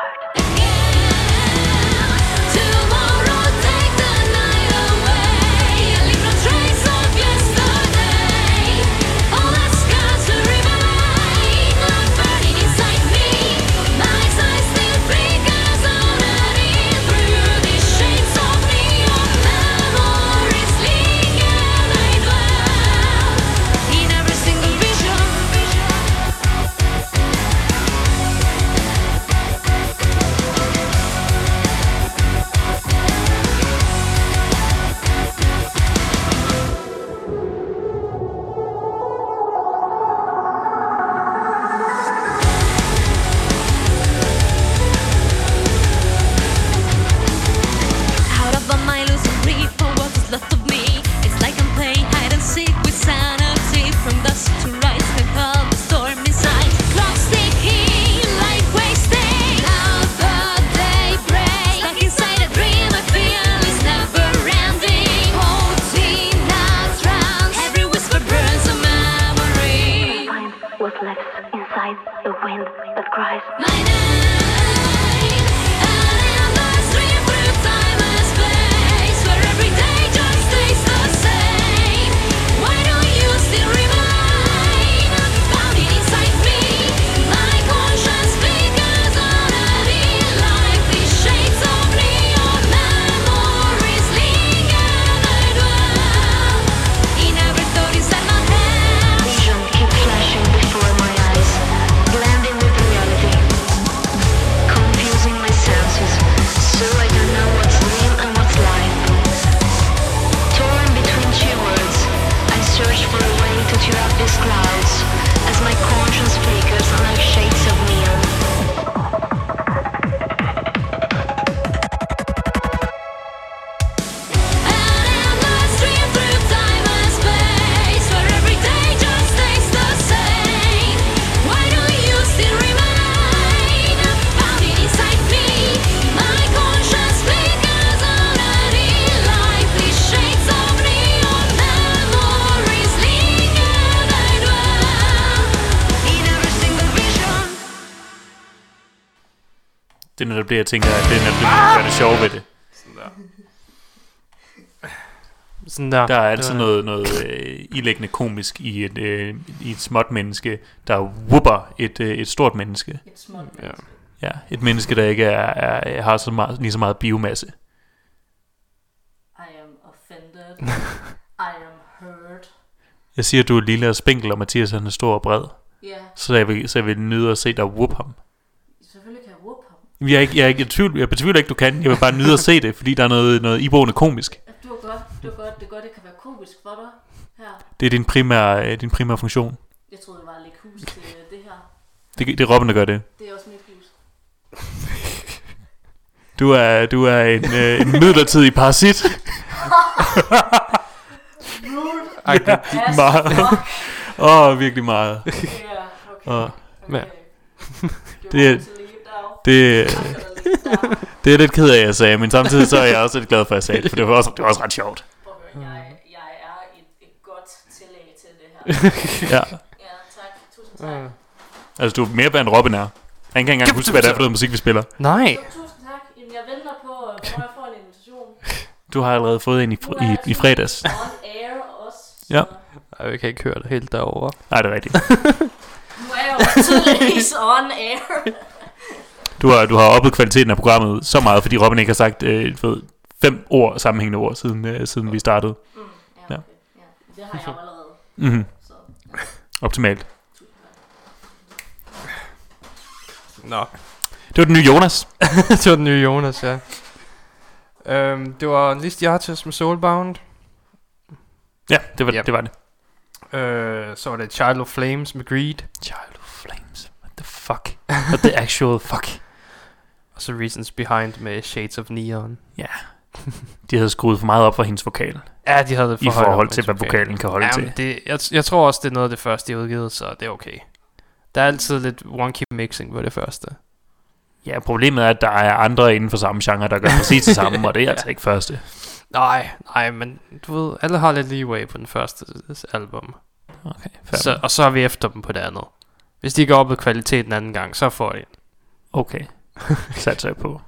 Det er netop det, jeg tænker, at det er netop det, der gør det sjove ved det. Sådan der. Sådan der. Der er altid noget, noget øh, ilæggende komisk i et, øh, i et småt menneske, der whooper et, øh, et stort menneske. Et småt Ja. menneske. Ja, et menneske, der ikke er, er, har så meget, lige så meget biomasse. I am offended. I am hurt. Jeg siger, at du er lille og spinkel, og Mathias han er stor og bred. Ja, Så jeg vil, så jeg vil nyde at se dig whoop ham. selvfølgelig kan jeg whoop ham. Jeg er ikke, jeg er ikke i tvivl, jeg betvivler ikke, du kan. Jeg vil bare nyde at se det, fordi der er noget, noget iboende komisk. Det var godt, det var godt, det er godt, det kan være komisk for dig her. Det er din primære, øh, din primære funktion. Jeg troede, det var at lægge hus til det her. Det, det er Robin, der gør det. Det er også mit hus. Du er, du er en, øh, en midlertidig parasit. Rude Ej, det, as meget. fuck. Åh, oh, virkelig meget. Ja, okay. Og Okay. Ja. Det er... Det- det, det er lidt ked af, at jeg sagde, men samtidig så er jeg også lidt glad for, at jeg sagde det, for det var også, det var også ret sjovt. Jeg, jeg er et, et godt tillæg til det her. Ja. Ja, tak. Tusind tak. Altså, du er mere værd end Robin er. Han kan ikke engang huske, hvad det er for noget musik, vi spiller. nej. Jo, tusind tak. Jamen, jeg venter på, hvornår jeg får en invitation. Du har allerede fået en i, Nu fr- er i, jeg i fredags. On air også. så Ja. Ej, jeg kan ikke høre det helt derovre. Nej, det er rigtigt. Nu er jeg jo tydeligvis on air. Du har, du har oppet kvaliteten af programmet så meget, fordi Robin ikke har sagt øh, ved, fem ord, sammenhængende ord, siden, øh, siden vi startede. Mm, Ja. ja, okay. Ja. Det har jeg jo allerede. Mm-hmm. Så Optimalt. tusind tak. Nå. Det var den nye Jonas. Det var den nye Jonas, ja. Øhm, det var Listy Artist med Soulbound. Ja, det var, Yep. det var det. Øh, så var det Child of Flames med Greed. Child of Flames. What the fuck? What the actual fuck? Og så Reasons Behind med Shades of Neon. Ja. De havde skruet for meget op for hendes vokal. Ja, de havde det for I højt forhold op til, med hvad vokalen. vokalen kan holde Jamen, til. det, jeg, jeg tror også, det er noget af det første, de har udgivet, så det er okay. Der er altid lidt wonky mixing på det første. Ja, problemet er, at der er andre inden for samme genre, der gør præcis det samme, og det er altså ikke første. Nej, nej, men du ved, alle har lidt leeway på den første album. Okay, fair. Så, og så er vi efter dem på det andet. Hvis de går op i kvaliteten anden gang, så får de. Okay. Satser jeg på.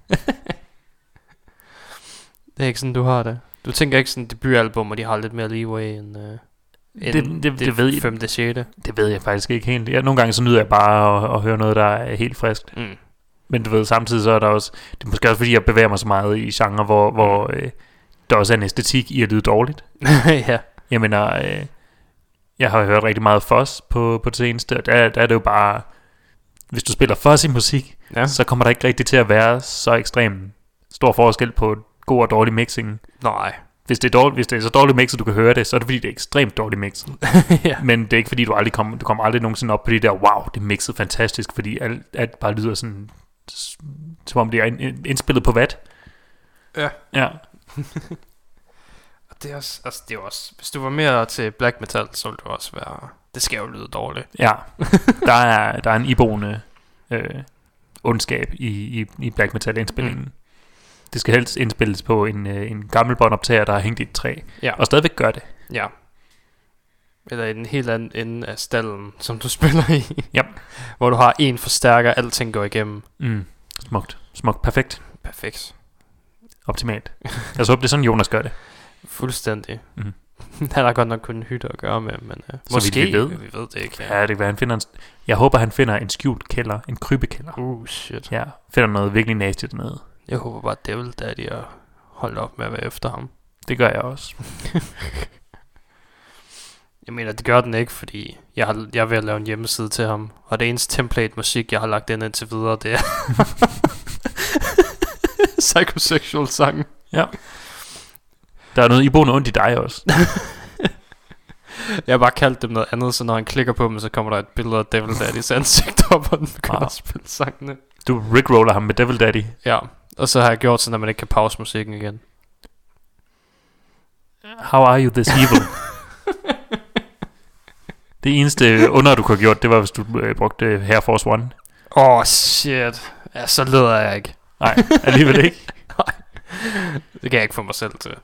Det er ikke sådan, du har det. Du tænker ikke sådan, debutalbum, og de har lidt mere leeway end, øh, end Det, det, det, det ved jeg. femte sjette. Det ved jeg faktisk ikke helt. Jeg, nogle gange så nyder jeg bare at, at høre noget, der er helt friskt. Mm. Men du ved, samtidig så er der også... Det er måske også fordi, jeg bevæger mig så meget i genre, hvor, hvor øh, der også er en æstetik i at lyde dårligt. Ja. Jeg mener, øh, jeg har hørt rigtig meget fuzz på, på det seneste, og der, der er det jo bare... Hvis du spiller fuzz i musik, Ja. så kommer der ikke rigtig til at være så ekstrem stor forskel på god og dårlig mixing. Nej. Hvis det er, dårligt, hvis det er så dårligt mixet, du kan høre det, så er det fordi, det er ekstremt dårligt mixet. Ja. Men det er ikke fordi, du aldrig kommer, du kommer aldrig nogensinde op på det der, wow, det er mixet fantastisk, fordi alt, alt bare lyder sådan, s- som om det er ind- indspillet på vat. Ja. Ja. Og det er også, altså det er også, hvis du var mere til black metal, så ville det også være, det skal jo lyde dårligt. Ja. Der er, der er en iboende øh, ondskab i, i, i black metal indspillingen. Mm. Det skal helst indspilles på en, øh, en gammel båndoptager, der har hængt i et træ. Ja. Og stadigvæk gør det. Ja. Eller i den helt anden ende af stallen, som du spiller i. Ja. Hvor du har en forstærker, alting går igennem. Mm. Smukt. Smukt. Perfekt. Perfekt. Optimalt. Jeg så håber, det er sådan, Jonas gør det. Fuldstændig. Mhm. Han har godt nok kun en hytte at gøre med, men uh, Så måske, vidt vi ved. vi ved det ikke. Ja. Ja, det kan være, han finder en, jeg håber, han finder en skjult kælder. En krybekælder. Uh, shit. Ja, finder noget virkelig nasty dernede. Jeg håber bare, Devil Daddy har holdt op med at være efter ham. Det gør jeg også. Jeg mener, det gør den ikke, fordi jeg, har, jeg er ved at lave en hjemmeside til ham. Og det eneste template musik, jeg har lagt ind indtil videre, det er psychosexual sang. Ja. Der er noget iboende ondt i dig også. Jeg har bare kaldt dem noget andet, så når han klikker på dem, så kommer der et billede af Devil Daddys ansigt op, og den begynder Ah. at spille sangene. Du rickroller ham med Devil Daddy. Ja, og så har jeg gjort sådan, at man ikke kan pause musikken igen. How are you this evil? Det eneste under, du kunne have gjort, det var, hvis du øh, brugte Air Force One. Åh, oh, shit. Ja, så leder jeg ikke. Nej, alligevel ikke. Det kan jeg ikke få mig selv til.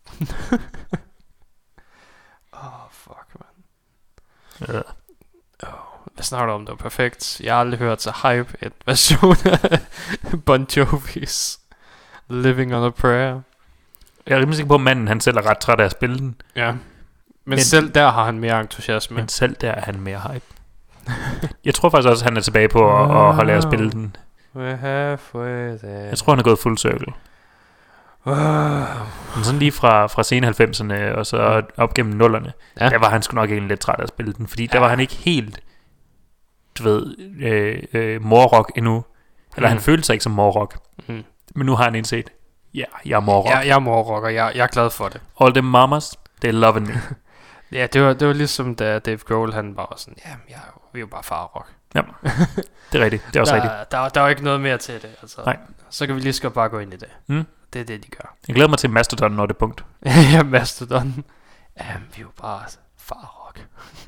Åh, oh, fuck, man. Ja. Hvad snakker du om? Det var perfekt. Jeg har aldrig hørt så hype et version af Bon Jovi's Living on a Prayer. Jeg er rimelig sikker på, at manden han selv er ret træt af at spille den. Ja. Men, Men- selv der har han mere entusiasme. Men selv der er han mere hype. Jeg tror faktisk også, at han er tilbage på at, at holde af at spille den. We're halfway there. Jeg tror, han er gået full circle. Wow. Men sådan lige fra, fra sene halvfemserne og så op gennem nullerne, Ja. ja. Der var han sgu nok egentlig lidt træt af at spille den. Fordi ja. der Ja. var han ikke helt, du ved, øh, øh, morrock endnu. Eller Mm. han følte sig ikke som morrock. Mm. Men nu har han indset, ja, jeg er morrock. Ja, jeg er morrocker. Jeg, jeg er glad for det. All them mamas, they loving me. Ja, det var, det var ligesom da Dave Grohl, han bare var sådan, jamen, jeg, er jo- vi er jo bare farrock. Ja, det er rigtigt. Det er også rigtigt. Der, der, der er jo ikke noget mere til det. Altså. Nej. Så kan vi lige så godt bare gå ind i det. Mm. Det er det, de gør. Jeg glæder mig til Mastodon når det punkt. Ja, Mastodon. Jamen, vi er jo bare farrock.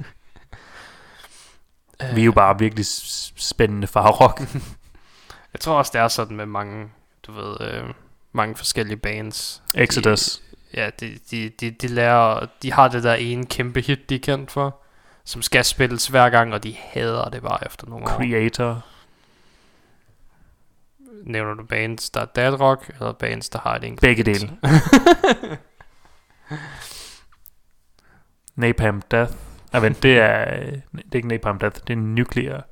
Vi er jo bare virkelig s- spændende farrock. Jeg tror også, det er sådan med mange, du ved, øh, mange forskellige bands. Exodus. De, ja, de, de, de, de lærer, de har det der ene kæmpe hit, de er kendt for, som skal spilles hver gang, og de hader det bare efter nogle år. Creator. Nævner du bands, der er dad rock, eller bands, der har et enkelt Begge hit? dele. Napalm Death. Nej, vent, det er, det er ikke Napalm Death, det er Nuclear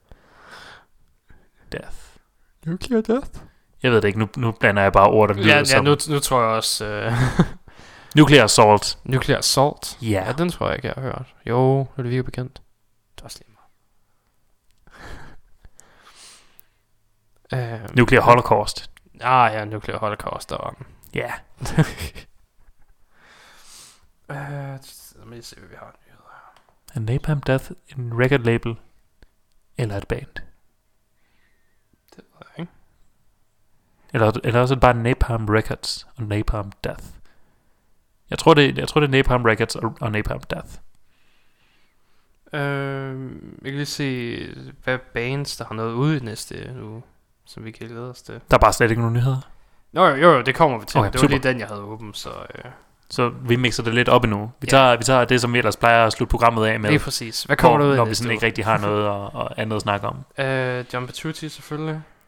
Death. Nuclear Death? Jeg ved det ikke, nu, nu blander jeg bare ord, der lyder Ja, ja som nu, nu tror jeg også... Øh, Nuclear Assault. Nuclear Assault? Ja. Ja, den tror jeg ikke, jeg har hørt. Jo, det er virkelig bekendt. Det er også lige meget. Øh, Nuclear Holocaust. Ah ja, Nuclear Holocaust, der var den. Ja. Øh, lad mig lige se, hvad vi har. Er Napalm Death en record label eller et band? Det ved jeg ikke. Eller, eller også er det bare Napalm Records og Napalm Death. Jeg tror det, jeg tror det er Napalm Records og, og Napalm Death. Øh, jeg kan lige se, hvad bands, der har noget ude i næste uge, som vi kan glæde os til. Der er bare slet ikke nogen nyheder. Nå jo, jo, jo, det kommer vi til. Okay, Det var super. lige den, jeg havde åben, så... Øh, Så vi mixer det lidt op endnu. Vi Ja. tager, vi tager det, som vi ellers plejer at slutte programmet af med. lige præcis. Hvad kommer hvor, der ud i når vi næste sådan uge? ikke rigtig har noget og, og andet at snakke om. Øh, John Petrucci selvfølgelig. Ja.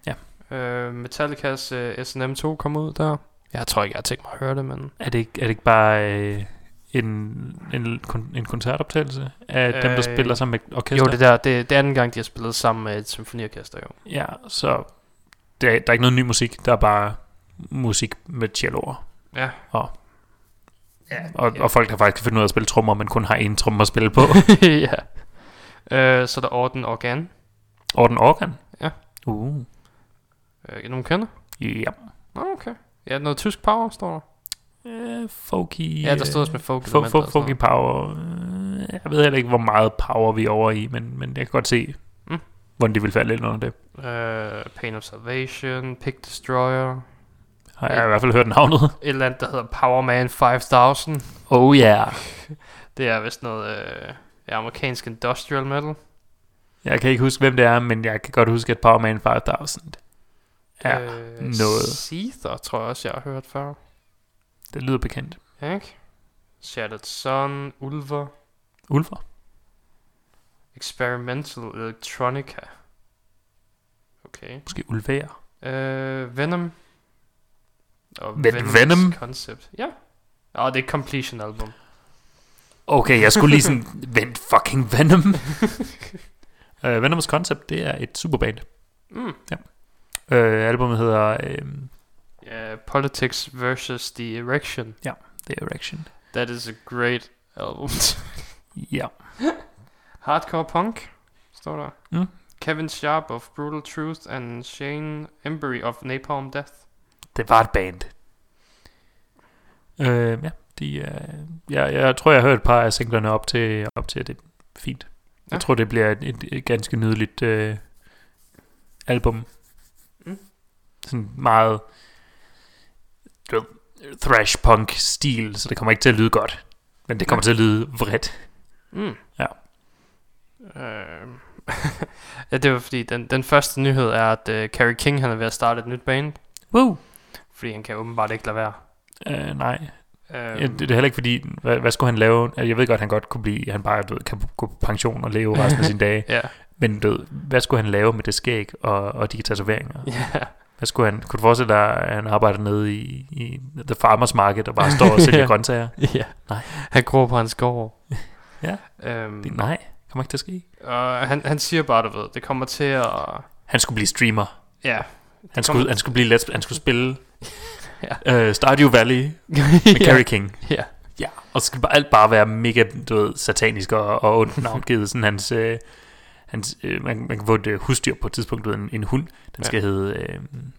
Øh, Metallicas øh, S and M to kom ud der. Jeg tror ikke, jeg har tænkt mig at høre det, men... Er det ikke, er det ikke bare øh, en, en, en koncertoptagelse af øh, dem, der spiller sammen med orkester? Jo, det der, det, det er anden gang, de har spillet sammen med et symfoniorkester, jo. Ja, så der, der er ikke noget ny musik, der er bare musik med celloer. Ja. Og, ja, og, ja. og folk har faktisk fundet ud af at spille trommer, men kun har én tromme at spille på. Ja. Øh, så er der Orden Organ. Orden Organ? Ja. Uh. Øh, nogen kender? Ja. Okay. Ja, noget tysk power, står der. Uh, folky. Ja, der stod også med folk. Fo- fo- folky power. Uh, jeg ved heller ikke, hvor meget power vi er over i, men, men jeg kan godt se, mm. hvordan de vil falde lidt under det. Uh, Pain of Salvation, Pig Destroyer. Har jeg i hvert fald hørt navnet. Et eller andet, der hedder Power Man fem tusind. Oh yeah. Det er vist noget øh, amerikansk industrial metal. Jeg kan ikke huske, hvem det er, men jeg kan godt huske, at Power Man fem tusind er øh, noget. Seether, tror jeg også, jeg har hørt før. Det lyder bekendt. Ikke? Shattered Sun, Ulver. Ulver? Experimental Electronica. Okay. Måske Ulver. Øh, Venom. Og Ven- Venom? Concept. Ja. Og det er et completion album. Okay, jeg skulle lige sådan, vent, fucking Venom. uh, Venoms Concept, det er et superband. Mm. Ja. Uh, albumet hedder... Uh, Yeah, Politics versus The Erection. Ja, The Erection. That is a great album. Ja. Hardcore Punk, står der. Mm. Kevin Sharp of Brutal Truth and Shane Embury of Napalm Death. Det var et band. Uh, ja, de, uh, ja, jeg tror, jeg har hørt et par af singlerne op til, op til det. Fint. Ja. Jeg tror, det bliver et, et, et ganske nydeligt uh, album. Mm. Sådan meget thrash punk stil, så det kommer ikke til at lyde godt, men det kommer ja. til at lyde vredt. Mm. Ja. Øh. Ja, det var fordi den, den første nyhed er at uh, Carrie King han er ved at starte et nyt band. Woo. Fordi han kan åbenbart ikke lade være. Uh, nej. Um, ja, det, det er heller ikke fordi hvad, hvad skulle han lave? Jeg ved godt han godt kunne blive, han bare ved, kan gå på pension og leve resten af sine dage. Ja. Men ved, hvad skulle han lave med det skæg og, og de tatoveringer? Ja. Hvad skulle han? Kunne du forestille dig, at han arbejder nede i, i The Farmers Market og bare står og sælger ja. grøntsager? Ja. Nej. Han gror på hans gård. Ja. Um, det, nej, kommer ikke til at ske. Og han, han siger bare, du ved, det kommer til at... Han skulle blive streamer. Ja. Han skulle, han skulle blive let, han skulle spille ja. uh, Stardew Valley med ja. Carrie King. Ja. Ja. Og så skal alt bare være mega, du ved, satanisk og, og ondt navngivet. Sådan hans... Øh, hans øh, man, man kan få et øh, husdyr på et tidspunkt, en, en hund. Den skal ja. hedde... Øh,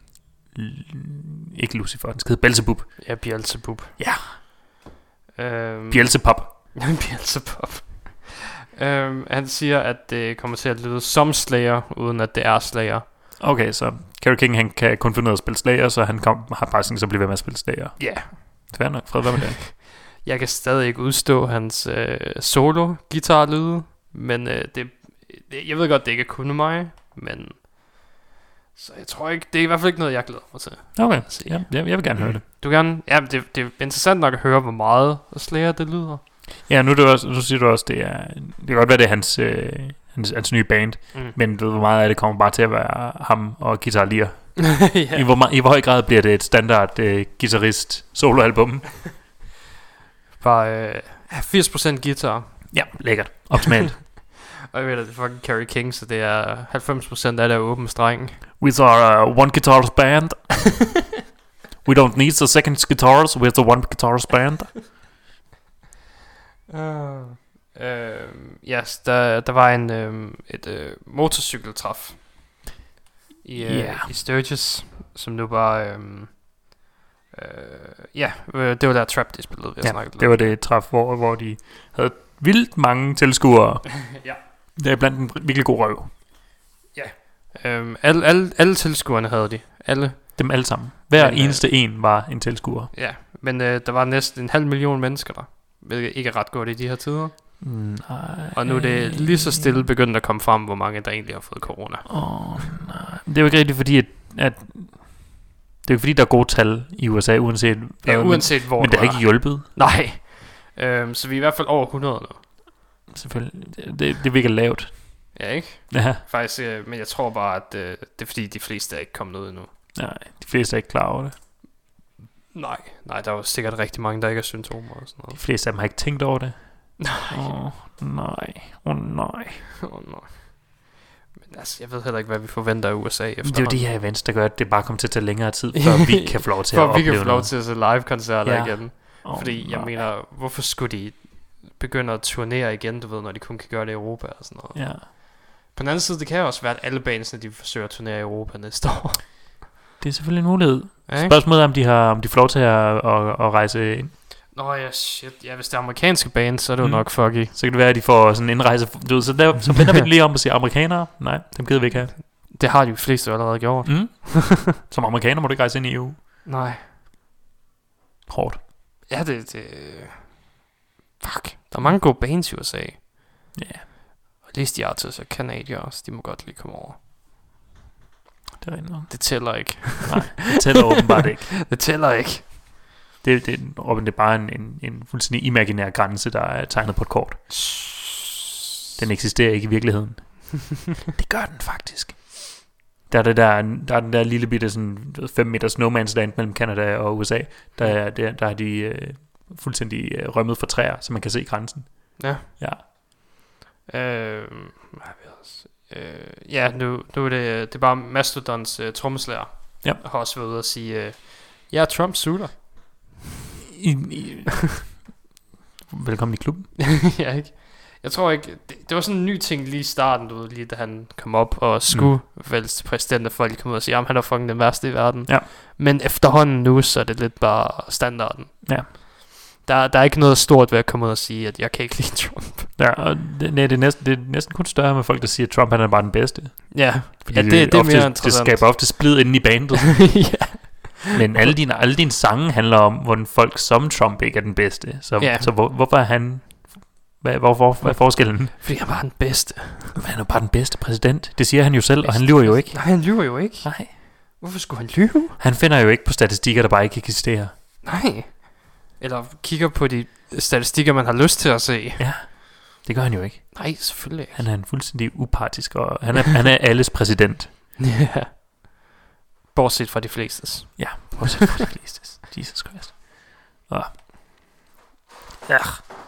ikke Lucifer, den skal hedde Beelzebub. Ja, Beelzebub. Ja. Um, Beelzebub. Beelzebub. um, han siger, at det kommer til at lyde som Slayer, uden at det er Slayer. Okay, så Carrie King, han kan kun finde ud af at spille Slayer, så han kom, har bare sådan, så blive ved med at spille Slayer. Ja. Yeah. Fair nok, fred, hvad med det? Jeg kan stadig ikke udstå hans øh, solo-guitar-lyde, men øh, det, det, jeg ved godt, det ikke er kun mig, men... Så jeg tror ikke, det er i hvert fald ikke noget, jeg glæder mig til. Okay, ja, jeg, jeg vil gerne høre det. Du gerne, ja, det, det er interessant nok at høre, hvor meget Slayer det lyder. Ja, nu, er det også, nu siger du også, det er, det kan godt være, det er hans, øh, hans, hans nye band, mm. men du ved, hvor meget af det kommer bare til at være ham og Guitar Lir. ja. I, hvor, I hvor høj grad bliver det et standard øh, guitarist soloalbum? Bare øh, firs procent guitar. Ja, lækkert. Optimalt. Og jeg ved, at det er fucking Carrie King, så det er halvfems procent af det er åben streng. With our uh, one guitarist band. We don't need the second guitars with the one guitarist band. Uh, uh, yes, der, der var en uh, et uh, motorcykeltræf i, uh, yeah. i Sturgis, som nu var... Um, uh, ja, det var der Trap, de spillede, vi har ja, snakket lidt. Det var det træf, hvor, hvor de havde vildt mange tilskuere. ja. Det er blandt en virkelig god røv. Ja. Um, alle, alle, alle tilskuerne havde de. Alle. Dem alle sammen. Hver men, eneste uh, en var en tilskuer. Ja, men uh, der var næsten en halv million mennesker der. Hvilket ikke er ret godt i de her tider. Nej. Og nu er det lige så stille begyndt at komme frem, hvor mange der egentlig har fået corona. Åh, oh, nej. Det er jo ikke rigtigt, fordi at, at det er jo fordi, der er gode tal i U S A, uanset hvad. Ja, uanset men, hvor men det har ikke hjulpet. Nej. Øhm, så vi er i hvert fald over hundrede nu. Selvfølgelig. Det, det, det virker lavt. Ja, ikke? Ja, Faktisk, øh, men jeg tror bare, at øh, det er fordi, de fleste er ikke kommet ud endnu. nej, de fleste er ikke klar over det. Nej, nej, der er jo sikkert rigtig mange, der ikke har symptomer og sådan De noget. fleste af dem har ikke tænkt over det. Nej. Åh, oh, nej. Åh, oh, nej. Åh, oh, nej. Men altså, jeg ved heller ikke, hvad vi forventer af U S A efter. Det er jo de her events, der gør, at det bare kommer til at tage længere tid, før vi kan få lov til at For opleve vi kan få lov noget. til at se live-koncerter Ja. igen. Oh, Fordi jeg nej. mener, hvorfor skulle de begynde at turnere igen, du ved, når de kun kan gøre det i Europa og sådan noget. Ja. På den anden side, det kan jo også være, at alle bandsene, de forsøger at turnere i Europa næste år. Det er selvfølgelig en mulighed. Ja, ikke? Spørgsmålet er, om de har, om de får lov til at, at, at rejse ind. Nå ja, shit. Ja, hvis det er amerikanske bands, så er det jo Mm. nok fucky. Så kan det være, at de får sådan en indrejse. Du ved, så, der, så vender vi den lige om og siger, amerikanere? Nej, dem gider vi ikke have. Det har de fleste jo allerede gjort. Mm. Som amerikaner må du ikke rejse ind i E U. Nej. Hårdt. Ja, det, det... Fuck. Der er mange gode bands i U S A. Ja, Og List de Artists og Canadier også, de må godt lige komme over. det er rigtigt nok. Det tæller ikke. Nej, det tæller åbenbart ikke. Det tæller ikke. Det, det, Robin, det er bare en, en, en fuldstændig imaginær grænse, der er tegnet på et kort. Den eksisterer ikke i virkeligheden. Det gør den faktisk. Der er, det der, der er den der lille bitte sådan fem meter snowman's land mellem Canada og U S A. Der er, der, der er de øh, fuldstændig øh, rømmet for træer, så man kan se grænsen. Ja. Ja. Øh, hvad har vi også? Øh, ja, nu, nu er det, det er bare Mastodons uh, trommeslager. Ja. Har også været ude at sige, uh, ja, Trump sutter. I, i, velkommen i klubben. Ja, ikke? Jeg tror ikke, det, det var sådan en ny ting lige i starten, du ved, lige da han kom op og skulle mm. vælges til præsident, og folk kom ud og sige, jamen han er fucking den værste i verden. Ja. Men efterhånden nu, så er det lidt bare standarden. Ja. Der, der er ikke noget stort ved at komme ud og sige, at jeg kan ikke lide Trump. Ja, og det, nej, det, er næsten, det er næsten kun større med folk, der siger, at Trump han er bare den bedste. Ja, Fordi ja det, det er ofte, mere det interessant. skaber ofte splid inde i bandet. Ja. Men alle dine, alle dine sange handler om, hvordan folk som Trump ikke er den bedste. Så, Ja. så hvor, hvorfor er han... Hvad, hvor, hvor, hvad er forskellen? Fordi han var den bedste. Han er jo bare den bedste præsident. Det siger han jo selv, og han lyver jo ikke. Nej, han lyver jo ikke. Nej. Hvorfor skulle han lyve? Han finder jo ikke på statistikker, der bare ikke eksisterer. Nej. Eller kigger på de statistikker, man har lyst til at se. Ja, det gør han jo ikke. Nej, selvfølgelig ikke. Han er en fuldstændig upartisk, og han er, han er alles præsident. Ja. Bortset fra de flestes. Ja, bortset fra de fleste. Jesus Christ. Og. Ja.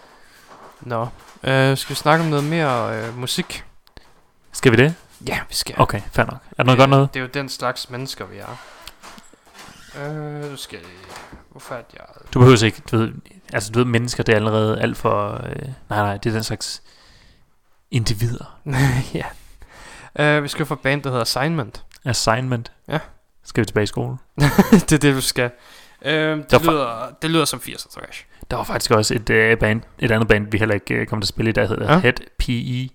Nå. Øh, skal vi snakke om noget mere øh, musik? Skal vi det? Ja, vi skal. Okay, fair nok. Er der noget godt noget? Det er jo den slags mennesker, vi er. Øh, du skal... Hvorfor er det, jeg... Du behøver ikke, du ved, altså du ved, mennesker, det er allerede alt for, øh, nej nej, det er den slags individer. ja. Øh, vi skal få band, der hedder Assignment. Assignment. Ja. Skal vi tilbage i skole? Det er det, du skal. Øh, det, Det var lyder, det lyder som firserne thrash. Der var faktisk også et, øh, band, et andet band, vi heller ikke øh, kom til at spille i, der hedder Ja. Head P E.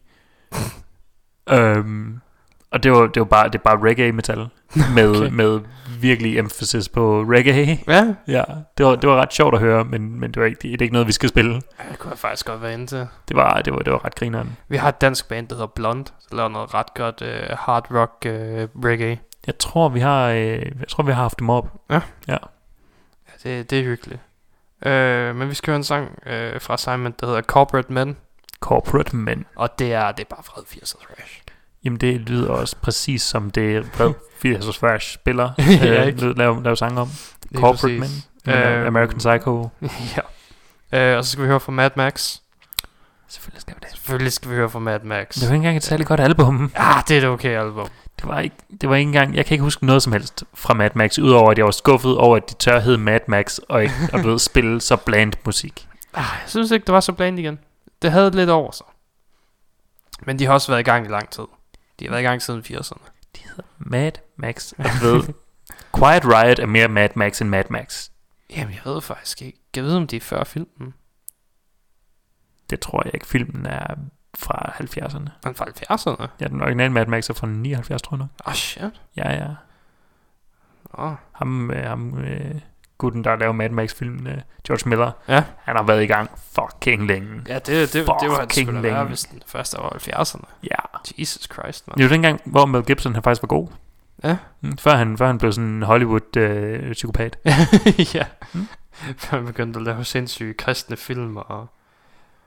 um, og det var, det var bare, det er bare reggae metal med, Okay. med virkelig emphasis på reggae. Ja. Ja, det var, det var ret sjovt at høre, men, men det var ikke, det er ikke noget, vi skal spille. Det kunne jeg faktisk godt være inde til. Det var, det var, det var ret grineren. Vi har et dansk band, der hedder Blond, der laver noget ret godt uh, hard rock uh, reggae. Jeg tror, vi har, øh, jeg tror, vi har haft dem op. Ja. Ja. Ja, det, det er hyggeligt. Uh, men vi skal høre en sang uh, fra Assignment, der hedder Corporate Men. Corporate Men. Og det er, det er bare vred firserne thrash. Jamen det lyder også præcis som det hvad firserne thrash spiller Ja, øh, ikke? laver, laver sang om. Lige Corporate præcis. Men. Øhm, American Psycho. ja. Uh, og så skal vi høre fra Mad Max. Selvfølgelig skal vi det. Selvfølgelig skal vi høre fra Mad Max. Det var ikke engang et særligt godt album. Ah, det er et okay album. Det var ikke, det var ikke engang, jeg kan ikke huske noget som helst fra Mad Max, udover at jeg var skuffet over, at de tør hedde Mad Max, og ikke er blevet spille så bland musik. Ah, jeg synes ikke, det var så bland igen. Det havde lidt over sig. Men de har også været i gang i lang tid. De har været i gang siden firserne. De hedder Mad Max. Jeg ved, Quiet Riot er mere Mad Max end Mad Max. Jamen, jeg ved faktisk ikke. Jeg ved, om de er før filmen. Det tror jeg ikke. Filmen er fra halvfjerdserne. Men fra halvfjerdserne? Ja, den originale Mad Max er fra nioghalvfjerds, tror jeg. Ah, oh, shit. Ja, ja. Oh. Ham, øh, ham øh, gutten, der laver Mad Max-filmen, øh, George Miller, Ja. han har været i gang fucking længe. Ja, det, det, det, det var han Fucking skulle da være, længe. hvis den første var halvfjerdserne. Ja. Jesus Christ, man. Det er jo dengang, hvor Mel Gibson han faktisk var god. Ja. Mm, før, han, før han blev sådan en Hollywood-psykopat. ja. Mm. Før han begyndte at lave sindssyge kristne film og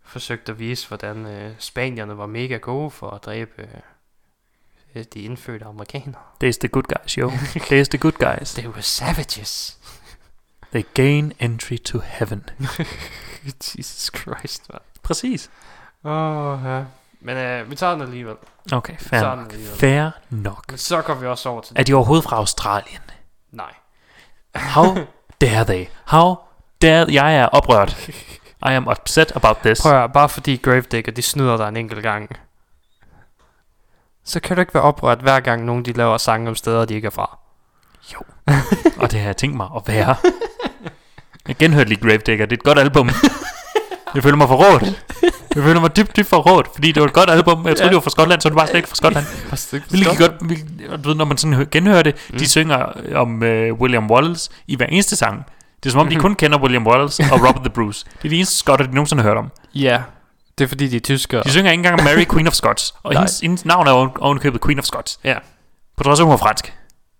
forsøgte at vise, hvordan øh, spanierne var mega gode for at dræbe øh, de indfødte amerikanere. There's the good guys, yo. There's the good guys. They were savages. They gain entry to heaven. Jesus Christ, man. Præcis. Åh, oh, ja. Men øh, vi tager den alligevel. Okay, Vi fair tager den nok. alligevel. Fair nok. Men så går vi også over til Er de overhovedet fra Australien? Nej. How dare they? How dare... Jeg er oprørt. I am upset about this. Prøv at, bare fordi Gravedigger, de snyder dig en enkelt gang, så kan du ikke være oprørt hver gang nogen de laver sange om steder, de ikke er fra. Jo. Og det har jeg tænkt mig at være. Jeg genhørte lige Gravedigger. Det er et godt album. Jeg føler mig forrådt. Jeg føler mig dybt, dybt forrådt, fordi det var et godt album. Jeg troede, Ja. det var fra Skotland, så det var bare slet ikke fra Skotland. Hvilket godt, hvil- og du ved, når man sådan hø- genhører det, mm. de synger om uh, William Wallace i hver eneste sang. Det er som om, de kun kender William Wallace og Robert the Bruce. Det er de eneste skotter, de nogensinde har hørt om. Ja, det er fordi de er tyskere. De synger ikke engang om Mary, Queen of Scots. Og Nej. hendes, hendes navn er oven- ovenikøbet Queen of Scots. Ja. På trods af, hun var fransk.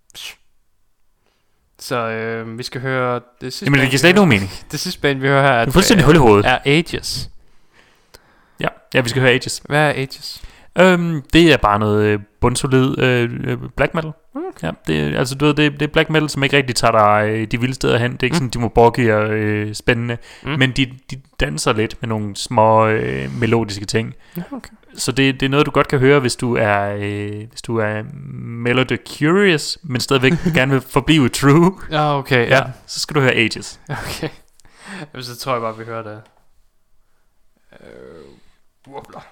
Så øh, vi skal høre det sidste. Jamen, det band, giver slet ikke vi nogen mening. hører- Det sidste band vi hører her Det er fuldstændig hul i hovedet. er Ages. Ja, ja, vi skal høre Ages. Hvad er Ages? Øhm, det er bare noget øh, bundsolid øh, øh, black metal. Okay. Ja, det, er- altså, du ved, det, det er black metal, som ikke rigtig tager dig øh, de vilde steder hen. Det er ikke Mm. sådan, de må borge og øh, spændende. Mm. Men de, de danser lidt med nogle små øh, melodiske ting. Ja, okay. Så det, det er noget, du godt kan høre, hvis du er øh, hvis du er melody curious, men stadigvæk gerne vil forblive true. Ja, okay, Ja, ja. så skal du høre Ages. Okay. Jamen, så tror jeg bare, vi hører det. Øh, wobler.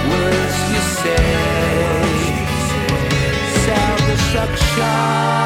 words you say, self-destruction.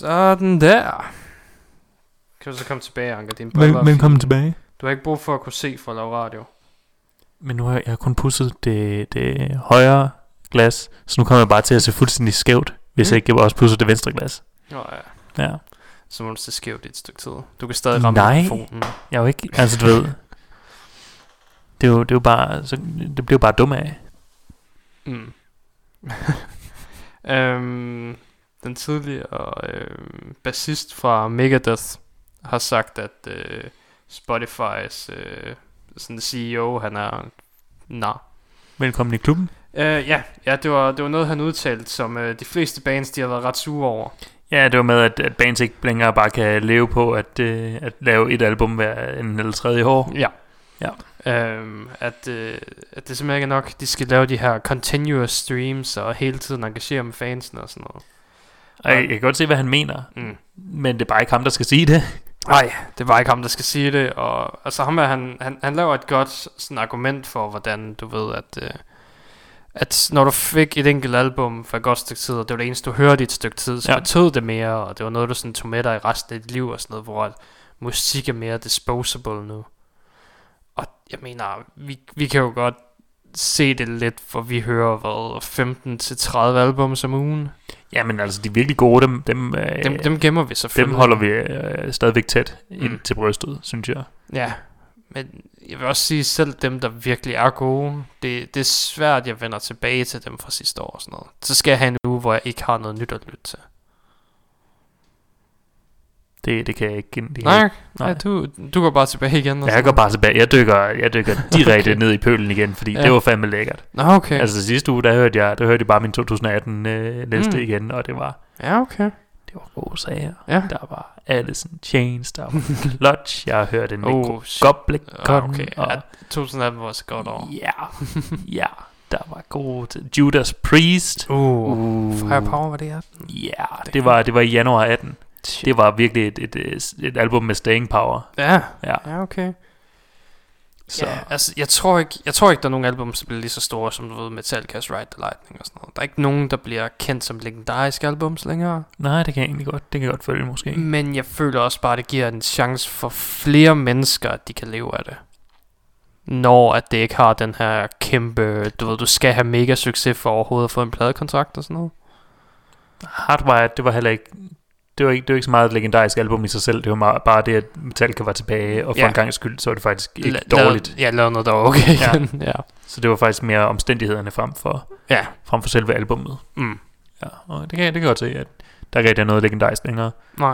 Sådan der. Kan du så komme tilbage, Anker? Din briller er Vel, fine. velkommen tilbage. Du har ikke brug for at kunne se for at lave radio. Men nu har jeg, jeg har kun pudset det, det højre glas, så nu kommer jeg bare til at se fuldstændig skævt, hvis Mm. jeg ikke også pudser det venstre glas. Nå ja. Ja. Så må du se skævt i et stykke tid. Du kan stadig ramme Nej. mikrofonen. Jeg er jo ikke, altså du ved, det er jo, det er jo bare, så, det bliver jo bare dum af. Mm. øhm, den tidligere øhm, bassist fra Megadeth har sagt, at øh, Spotifys øh, sådan C E O, han er nar. Velkommen i klubben. Øh, ja, ja det, var, det var noget, han udtalte, som øh, de fleste bands, de har været ret sure over. Ja, det var med, at, at bands ikke længere bare kan leve på at, øh, at lave et album hver anden eller tredje år. Ja. Ja. Øhm, at, øh, at det simpelthen ikke er nok. De skal lave de her continuous streams og hele tiden engagere med fansen og sådan noget. Og jeg, jeg kan godt se, hvad han mener, Mm. men det er bare ikke ham, der skal sige det. Nej, det var ikke ham, der skal sige det. Og altså ham er, han, han, han laver et godt sådan argument for, hvordan du ved, at, øh, at når du fik et enkelt album for et godt stykke tid, og det var det eneste, du hørte i et stykke tid, så Ja. betød det mere, og det var noget, du sådan tog med dig i resten af dit liv og sådan noget, hvor at musik er mere disposable nu. Og jeg mener, vi, vi kan jo godt se det lidt, for vi hører, hvad, femten til tredive albums om ugen. Ja, men altså, de virkelig gode, dem, dem, øh, Dem, dem gemmer vi dem selvfølgelig. holder vi øh, stadigvæk tæt ind Mm. til brystet, synes jeg. Ja, men jeg vil også sige, selv dem, der virkelig er gode, det, det er svært, jeg vender tilbage til dem fra sidste år og sådan noget. Så skal jeg have en uge, hvor jeg ikke har noget nyt at lytte til. Det, det kan jeg ikke det Nej, nej. nej, du, du går bare tilbage igen. Og Jeg sådan går bare tilbage. Jeg dykker, jeg dykker direkte ned i pølen igen, fordi Ja. det var fandme lækkert. noget. Nå, okay. Altså sidste uge, der hørte jeg, der hørte jeg bare min to tusind atten øh, liste Mm. igen, og det var, Ja, okay. det var gode sager. Ja. Der var Alice in Chains, der var Clutch, jeg hørte en Oh, oh, shit. Goblikon, Ah, okay. og Ja, to tusind atten var så godt over. ja, ja, der var gode til Judas Priest. Uh, Uh, Firepower, var det her? ja, det var, det var i januar atten. Det var virkelig et, et, et, et album med staying power. Ja, Ja, ja, okay. så Ja, altså, jeg tror ikke, jeg tror ikke, der er nogen album, som bliver lige så store, som du ved, Metallica's Ride the Lightning og sådan noget. Der er ikke nogen, der bliver kendt som legendariske albums længere. nej, det kan jeg egentlig godt, det kan jeg godt følge måske. Men jeg føler også bare, at det giver en chance for flere mennesker, at de kan leve af det. Når at det ikke har den her kæmpe, du ved, du skal have mega succes for overhovedet at få en pladekontrakt og sådan noget. Hardwired, det var heller ikke, det var ikke, det var ikke så meget et legendarisk album i sig selv. Det var meget, bare det, at Metallica var tilbage, og for Ja. en gangs skyld, så var det faktisk ikke La- dårligt. Lavede, ja, lavede noget, der var okay Ja. igen. Ja. Så det var faktisk mere omstændighederne frem for, Ja. frem for selve albummet. Mm. Ja, og det kan, jeg- det kan jeg godt se, at der ikke rigtig er noget legendarisk længere. Nej.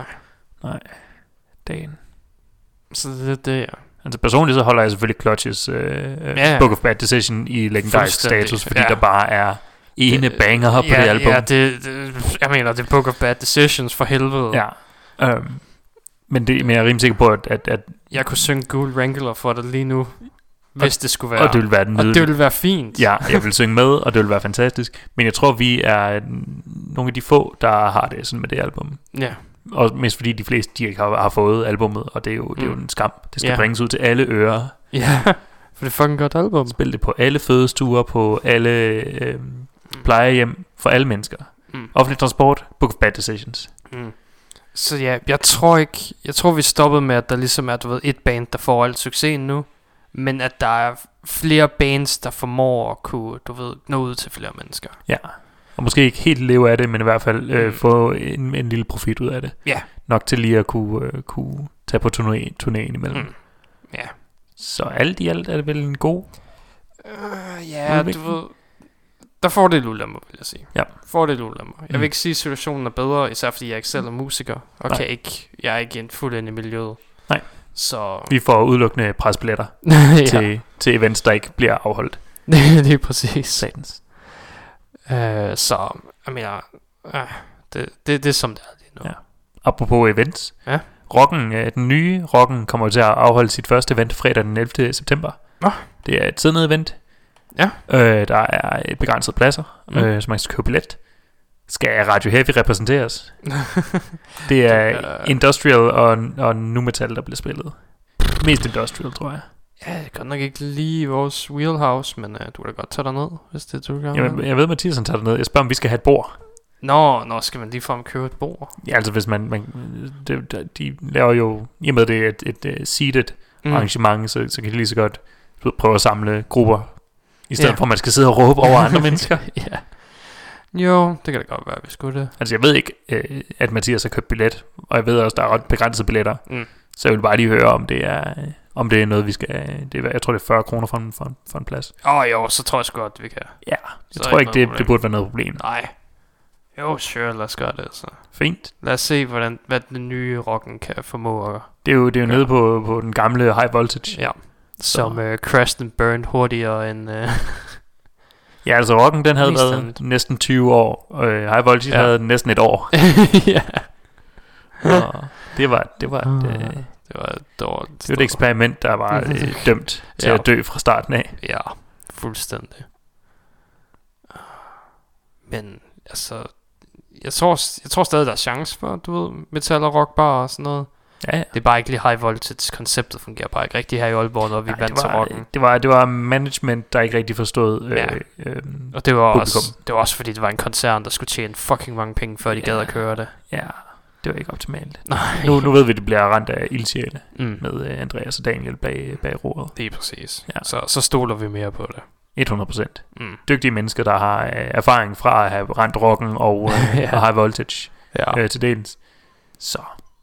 Dagen. Så det er det, ja. Altså personligt så holder jeg selvfølgelig Clutches øh, Ja. ja. Book of Bad Decision i legendarisk Fuldstændig, status, fordi ja. der bare er ene Det- banger på ja, det album. Ja, det, det, jeg mener, det er Book of Bad Decisions for helvede. Ja. Øhm, men, det, men jeg er rimelig sikker på, at, at, at Jeg kunne synge Gul Wrangler for dig lige nu, hvis det skulle være. og det vil være den og det ville være fint. Ja, jeg vil synge med, og det vil være fantastisk. Men jeg tror, vi er nogle af de få, der har det sådan med det album. Ja. Og mest fordi de fleste, de ikke har, har fået albummet, og det er jo, det er jo Mm. en skam. Det skal Ja. bringes ud til alle ører. Ja, for det er fucking godt album. Spil det på alle fødestuer, på alle øh, plejehjem, for alle mennesker. Mm. Offentlig transport, Book of Bad Decisions. Mm. Så ja, jeg tror ikke, jeg tror vi stoppede med, at der ligesom er, du ved, et band, der får alt succesen nu, men at der er flere bands, der formår at kunne, du ved, nå ud til flere mennesker. Ja, og måske ikke helt leve af det, men i hvert fald øh, Mm. få en, en lille profit ud af det. Ja. Nok til lige at kunne, øh, kunne tage på turné, turnéen imellem. Mm. Ja. Så alt i alt er det vel en god. Uh, ja, du Udvikling. ved, der får det ulemper, vil jeg sige. Ja. Får det ulemper. Jeg Mm. vil ikke sige, at situationen er bedre, især fordi jeg ikke selv er musiker, og Nej. kan ikke, jeg er ikke en fuld ind i miljøet. Nej. Så Vi får udelukkende presbilletter ja, til, til events, der ikke bliver afholdt. det er præcis. Satans. Uh, så, jeg mener, uh, det, det, det er som det er lige nu. Ja. Apropos events. Ja. Rocken, øh, den nye Rocken kommer jo til at afholde sit første event fredag den ellevte september. Nå. Det er et siddende event. Ja. Øh, der er et begrænset pladser, Mm. øh, så man skal købe billet. Skal Radio Heavy repræsenteres? Det er Øh. industrial og, og nu metal, der bliver spillet. Mest industrial, tror jeg. Ja, det er godt nok ikke lige i vores wheelhouse, men uh, du kan da godt tage dig ned, hvis det er, du kan. Jeg, jeg ved, Mathias han tager det ned. Jeg spørger, om vi skal have et bord. Nå, nå, skal man lige frem købe et bord? Ja, altså hvis man, man de, de laver jo, i og med det er et, et, et seated mm. arrangement, så, så kan de lige så godt prøve at samle grupper, i stedet yeah. for at man skal sidde og råbe over andre mennesker. Ja. Jo, det kan det godt være, vi skulle det. Altså jeg ved ikke, øh, at Mathias har købt billet, og jeg ved også, der er ret begrænsede billetter, mm. så jeg vil bare lige høre, om det er, om det er noget, vi skal, det er, jeg tror det er fyrre kroner for en, for en, for en plads. Åh oh, jo, så tror jeg sgu godt, vi kan. Ja, jeg tror ikke, det, det burde være noget problem. Nej. Jo, sure, lad os gøre det så. Fint. Lad os se, hvordan, hvad den nye rocken kan formå at... Det er jo, det er jo nede på, på den gamle high voltage. Ja, som uh, crashed and burned hurtigere end... Uh, ja, altså rocken, den havde været næsten tyve år, og uh, high voltage ja. havde næsten et år. Ja. Og det var, det var et, uh, det var et dårligt. Det var et eksperiment, der var uh, dømt til ja. at dø fra starten af. Ja, fuldstændig. Men altså... Jeg tror, jeg tror stadig, der er chance for, du ved, metal og rockbar og sådan noget. Ja, ja. Det er bare ikke lige high voltage. Konceptet fungerer bare ikke rigtig her i Aalborg, når vi Nej, vandt til rocken. Det var, det var management, der ikke rigtig forstod ja. øh, øh, og det var, også, det var også fordi, det var en koncern, der skulle tjene fucking mange penge, før de ja. gad at køre det. Ja, det var ikke optimalt. Nej. Nu, nu ved vi, at det bliver rendt af ildsjæle mm. med øh, Andreas og Daniel bag, bag roret. Det er præcis. Ja. Så, så stoler vi mere på det. hundrede procent. Mm. Dygtige mennesker, der har øh, erfaring fra at have rendt rocken og, øh, ja. og high voltage ja. øh, til dels. Så...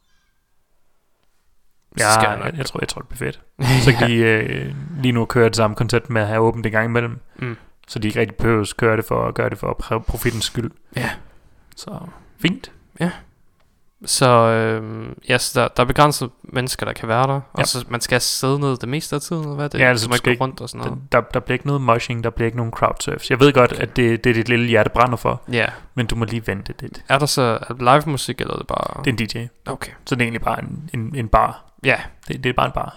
Ja, jeg, jeg, jeg, tror, jeg tror, det bliver fedt. Så kan de øh, lige nu køre det samme koncept med at have åbent en gang imellem. Mm. Så de ikke rigtig behøver at køre det for at gøre det for profitens skyld. Ja. Så fint. Ja. Så øh, ja, så der, der er begrænset mennesker, der kan være der. Og ja. så man skal sidde ned det meste af tiden, eller hvad det ja, altså, så man skal gå rundt og sådan noget. Der, der bliver ikke noget moshing, der bliver ikke nogen crowdsurfs. Jeg ved godt, okay. at det, det er dit lille hjerte brænder for. Ja. Men du må lige vente lidt. Er der så live musik, eller er det bare... Det er en D J. Okay. Så det er egentlig bare en, en, en bar. Ja. Det, det er bare en bar.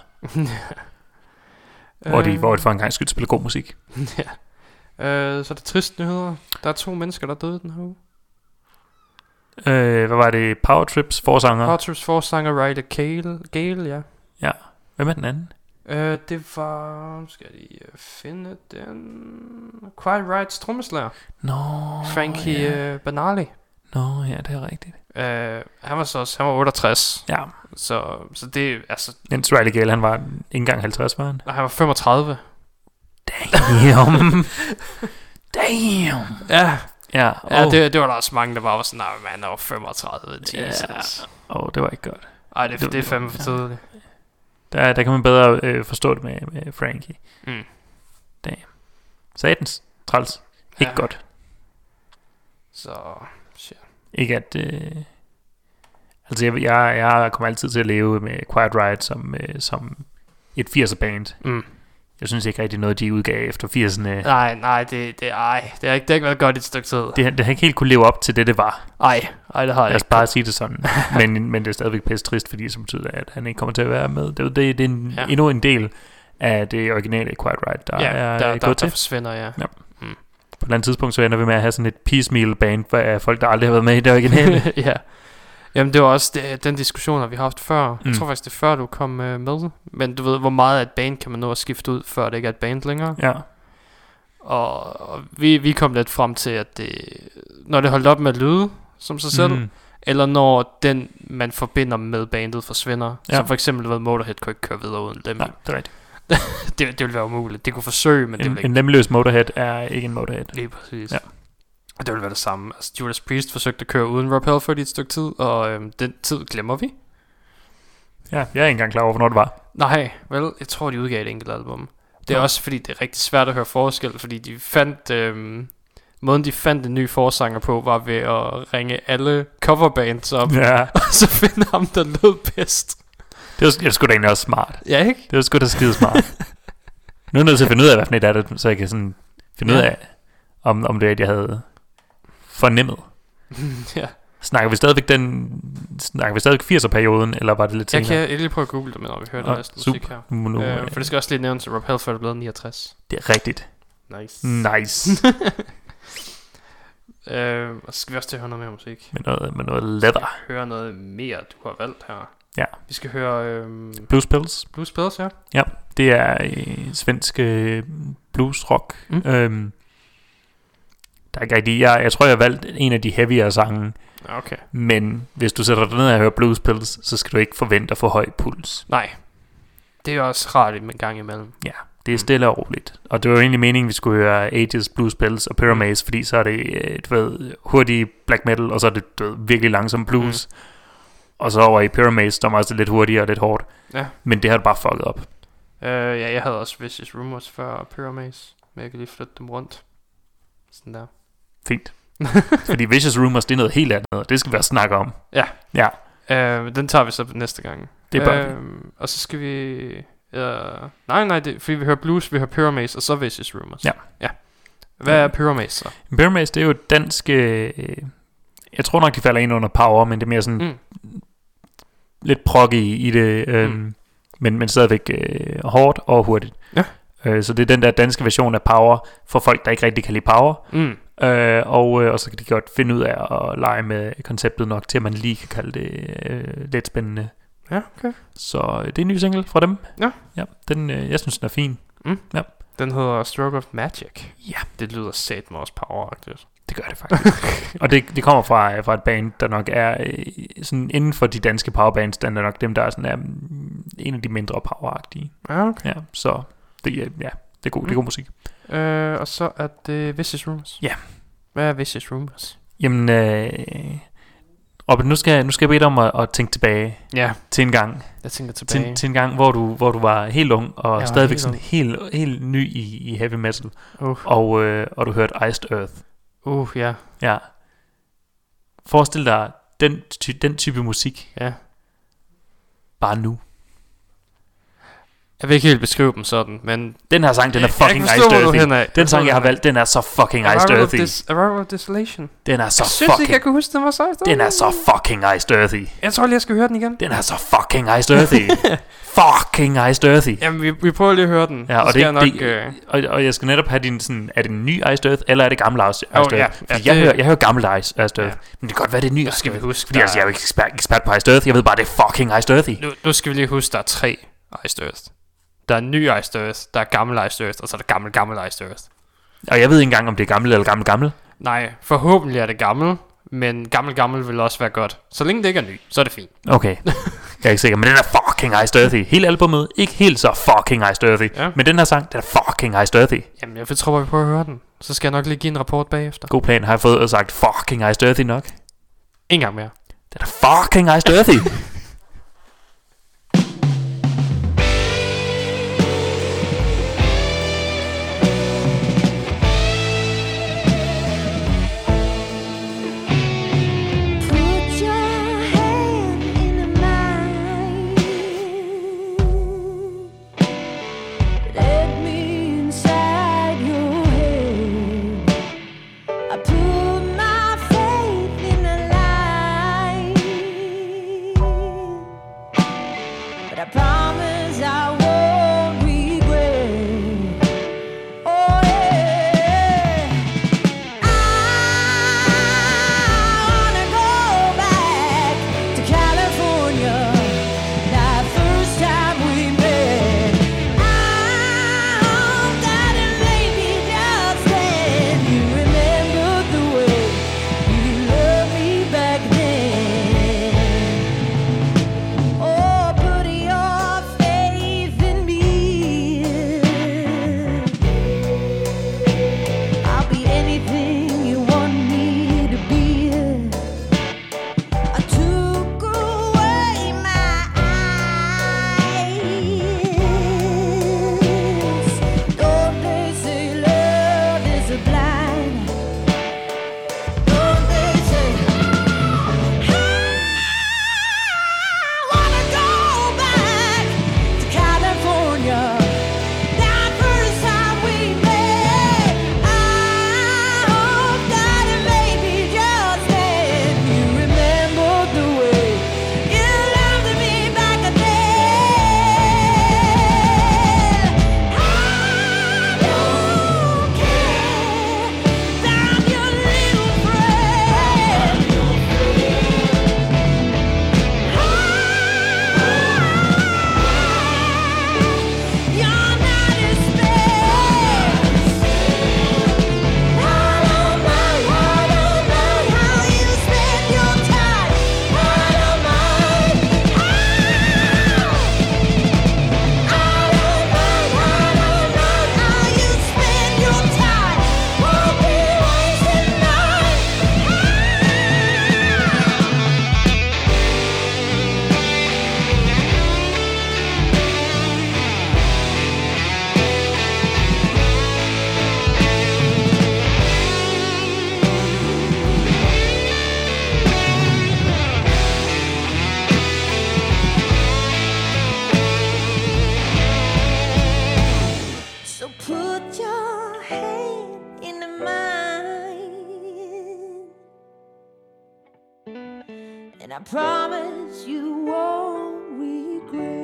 hvor, de, hvor de for en gang skyld spiller god musik. Ja. Øh, så er det trist nyheder. Der er to mennesker, der døde den her uge. Øh, hvad var det? Power Trips forsanger? Power Trips forsanger Ryder Gale, Gale, ja. Ja. Hvem er den anden? Øh, det var... Skal jeg lige finde den... Quiet Rights trommeslager. Nå, Frankie ja. uh, Banali. Nå, ja, det er rigtigt. Øh, han var så også... Han var otteogtres. Ja. Så, så det altså... Jens Riley Gale, han var ikke engang halvtreds, var han? Nej, han var femogtredive. Damn. Damn. Ja. Ja, oh. ja det, det var der også mange, der bare var sådan, nej, man er jo femogtredive. Jesus. Ja. Åh, oh, det var ikke godt. Ej, det, det, det er fandme for tidligt. Der, der kan man bedre øh, forstå det med, med Frankie. Mm. Damn. Satans. Træls. Ikke ja. godt. Så, shit. Ikke at... Øh, altså, jeg, jeg, jeg kommer altid til at leve med Quiet Riot som, øh, som et firser band. Mm. Jeg synes ikke rigtig noget, de udgav efter firserne. Nej, nej, det, det, ej, det, har ikke, det har ikke været godt i et stykke tid. Det, det har ikke helt kunne leve op til det, det var. Ej, ej det har jeg Lad os ikke. bare sige det sådan. men, men det er stadigvæk pisse trist, fordi det betyder, at han ikke kommer til at være med. Det, det, det er en, ja. endnu en del af det originale Quiet Riot, der ja, er der, gået der, til. der forsvinder, ja. ja. Mm. På et eller andet tidspunkt, så ender vi med at have sådan et piecemeal band af folk, der aldrig har været med i det originale. Ja. Jamen det var også det, den diskussion, har vi haft før. Mm. Jeg tror faktisk det er før du kom øh, med. Men du ved hvor meget af et band kan man nå at skifte ud, før det ikke er et band længere. Ja. Og, og vi, vi kom lidt frem til at det, når det holdt op med at lyde som sig selv, mm. eller når den man forbinder med bandet forsvinder. Ja. Som for eksempel ved Motorhead kunne ikke køre videre uden dem. Nej, det er rigtigt. det, det ville være umuligt. Det kunne forsøge, men en, det ville ikke. En lemmeløs Motorhead er ikke en Motorhead. Lige præcis. Ja. Og det ville være det samme. Altså, Judas Priest forsøgte at køre uden Rob Halford i et stykke tid, og øhm, den tid glemmer vi. Ja, jeg er ikke engang klar over, hvornår det var. Nej, vel, jeg tror, de udgav et enkelt album. Det er ja. også fordi, det er rigtig svært at høre forskel, fordi de fandt... Øhm, måden, de fandt en ny forsanger på, var ved at ringe alle coverbands op, ja. og så finde ham, der lød bedst. Det var, det sgu da egentlig også smart. Ja, ikke? Det var sgu da skide smart. Nu er jeg nødt til at finde ud af, hvad for et er det, så jeg kan sådan finde ja. ud af, om, om det er, at jeg havde fornemmet. Ja. Snakker vi stadigvæk den Snakker vi stadigvæk firser-perioden, eller var det lidt senere? Jeg kan jeg lige prøve at google det, når vi hører den næste musik her. Nu, øh, for det skal også lige nævnes, at Rob Halford er blevet niogtres. Det er rigtigt. Nice. Nice. øh, og så skal vi også til at høre noget mere musik. Med noget, med noget leather. Høre noget mere, du har valgt her. Ja. Vi skal høre... Øhm, Blues Pills. Blues Pills, ja. Ja, det er øh, svensk øh, blues rock. Mm. Øhm, Der er ikke rigtig, jeg, jeg tror jeg har valgt en af de heaviere sange. Okay. Men hvis du sætter dig ned og hører Blues Pills, så skal du ikke forvente at få høj puls. Nej. Det er også rart en gang imellem. Ja, det er stille og roligt. Og det var jo egentlig meningen, at vi skulle høre Aegis, Blues Pills og Pyramaze, fordi så er det, du ved, hurtig black metal, og så er det, du ved, virkelig langsom blues. Mm. Og så over i Pyramaze, der er også lidt hurtigere og lidt hårdt. Ja. Men det har du bare fucket op. Uh, ja, jeg havde også Vicious Rumors før Pyramaze, men jeg kan lige flytte dem rundt. Sådan der. Fint. Fordi Vicious Rumors, det er noget helt andet, og det skal vi også snakke om. Ja. Ja. Uh, den tager vi så næste gang. Det er bare uh, Og så skal vi... Uh, nej, nej, det, fordi vi hører blues, vi hører Pyramaze, og så Vicious Rumors. Ja. Ja. Hvad er Pyramaze så? Pyramaze, det er jo et dansk... Øh, jeg tror nok, de falder ind under power, men det er mere sådan... Mm. Lidt prog i, i det, øh, mm. men, men stadigvæk øh, hårdt og hurtigt. Ja. Øh, så det er den der danske version af power, for folk, der ikke rigtig kan lide power. Mm. Øh, og, øh, og så kan de godt finde ud af at lege med konceptet nok, til at man lige kan kalde det øh, lidt spændende. Ja, okay. Så øh, det er en ny single fra dem. Ja. Ja, den, øh, jeg synes, den er fin. Mm. Ja. Den hedder Stroke of Magic. Ja. Det lyder satme også poweragtigt. Det gør det faktisk. Og det, det kommer fra, fra et band, der nok er øh, sådan inden for de danske powerbands, der er nok dem, der er, sådan, er mm, en af de mindre poweragtige. Ja, okay. Ja, så det, ja, det er god, mm. det er god musik. Øh, og så er det Vicious Rumors. Ja. Hvad er Vicious Rumors? Jamen, øh, Robert, nu skal, nu skal jeg bede dig om at, at tænke tilbage ja. til en gang. Jeg tænker tilbage. Til, til en gang, hvor du, hvor du var helt ung, og jeg stadigvæk helt sådan ung. helt, helt ny i, i heavy metal. Uh. Og, øh, og du hørte Iced Earth. Uh, ja. Ja. Forestil dig den, ty, den type musik. Ja. Bare nu. Jeg vil ikke helt beskrive dem sådan, men... Den her sang, den er fucking Iced Earthy. Den sang, jeg har valgt, den er så fucking Iced Earthy. Dis- Arrival of Desolation. Den er så jeg fucking... synes ikke, jeg kunne huske, den var så Iced Earthy. Den er så fucking Iced Earthy. Jeg tror lige, jeg skal høre den igen. Den er så fucking Iced Earthy. Fucking Iced Earthy. Jamen, vi, vi prøver lige at høre den. Ja, og, det, det, nok, det, øh... og, og jeg skal netop have din sådan... Er det en ny Iced Earth, eller er det gammel Iced Earth? Oh, ja. Fordi Ja, jeg, det... hører, jeg hører gammel Iced Earth. Ja. Men det kan godt være, det er ny. Skal vi huske, fordi der... altså, jeg er jo ikke ekspert, ekspert på Iced Earth. Jeg ved bare, det er fucking Iced Earthy. Nu, nu skal vi lige huske, der er tre Iced Earth. Der er ny Iced Earth, der er gammel Iced Earth, og så er der gammel, gammel Iced Earth. Og jeg ved ikke engang, om det er gammel eller gammel, gammel. Nej, forhåbentlig er det gammel, men gammel, gammel vil også være godt. Så længe det ikke er ny, så er det fint. Okay, jeg er ikke sikker, men den er fucking Iced Earthy. Hele albumet, ikke helt så fucking Iced Earthy. Ja. Men den her sang, den er fucking Iced Earthy. Jamen, jeg tror, vi prøver at høre den. Så skal jeg nok lige give en rapport bagefter. God plan, har jeg fået og sagt fucking Iced Earthy nok? En gang mere. Den er fucking Iced Earthy. Put my faith in a lie. I promise you won't regret.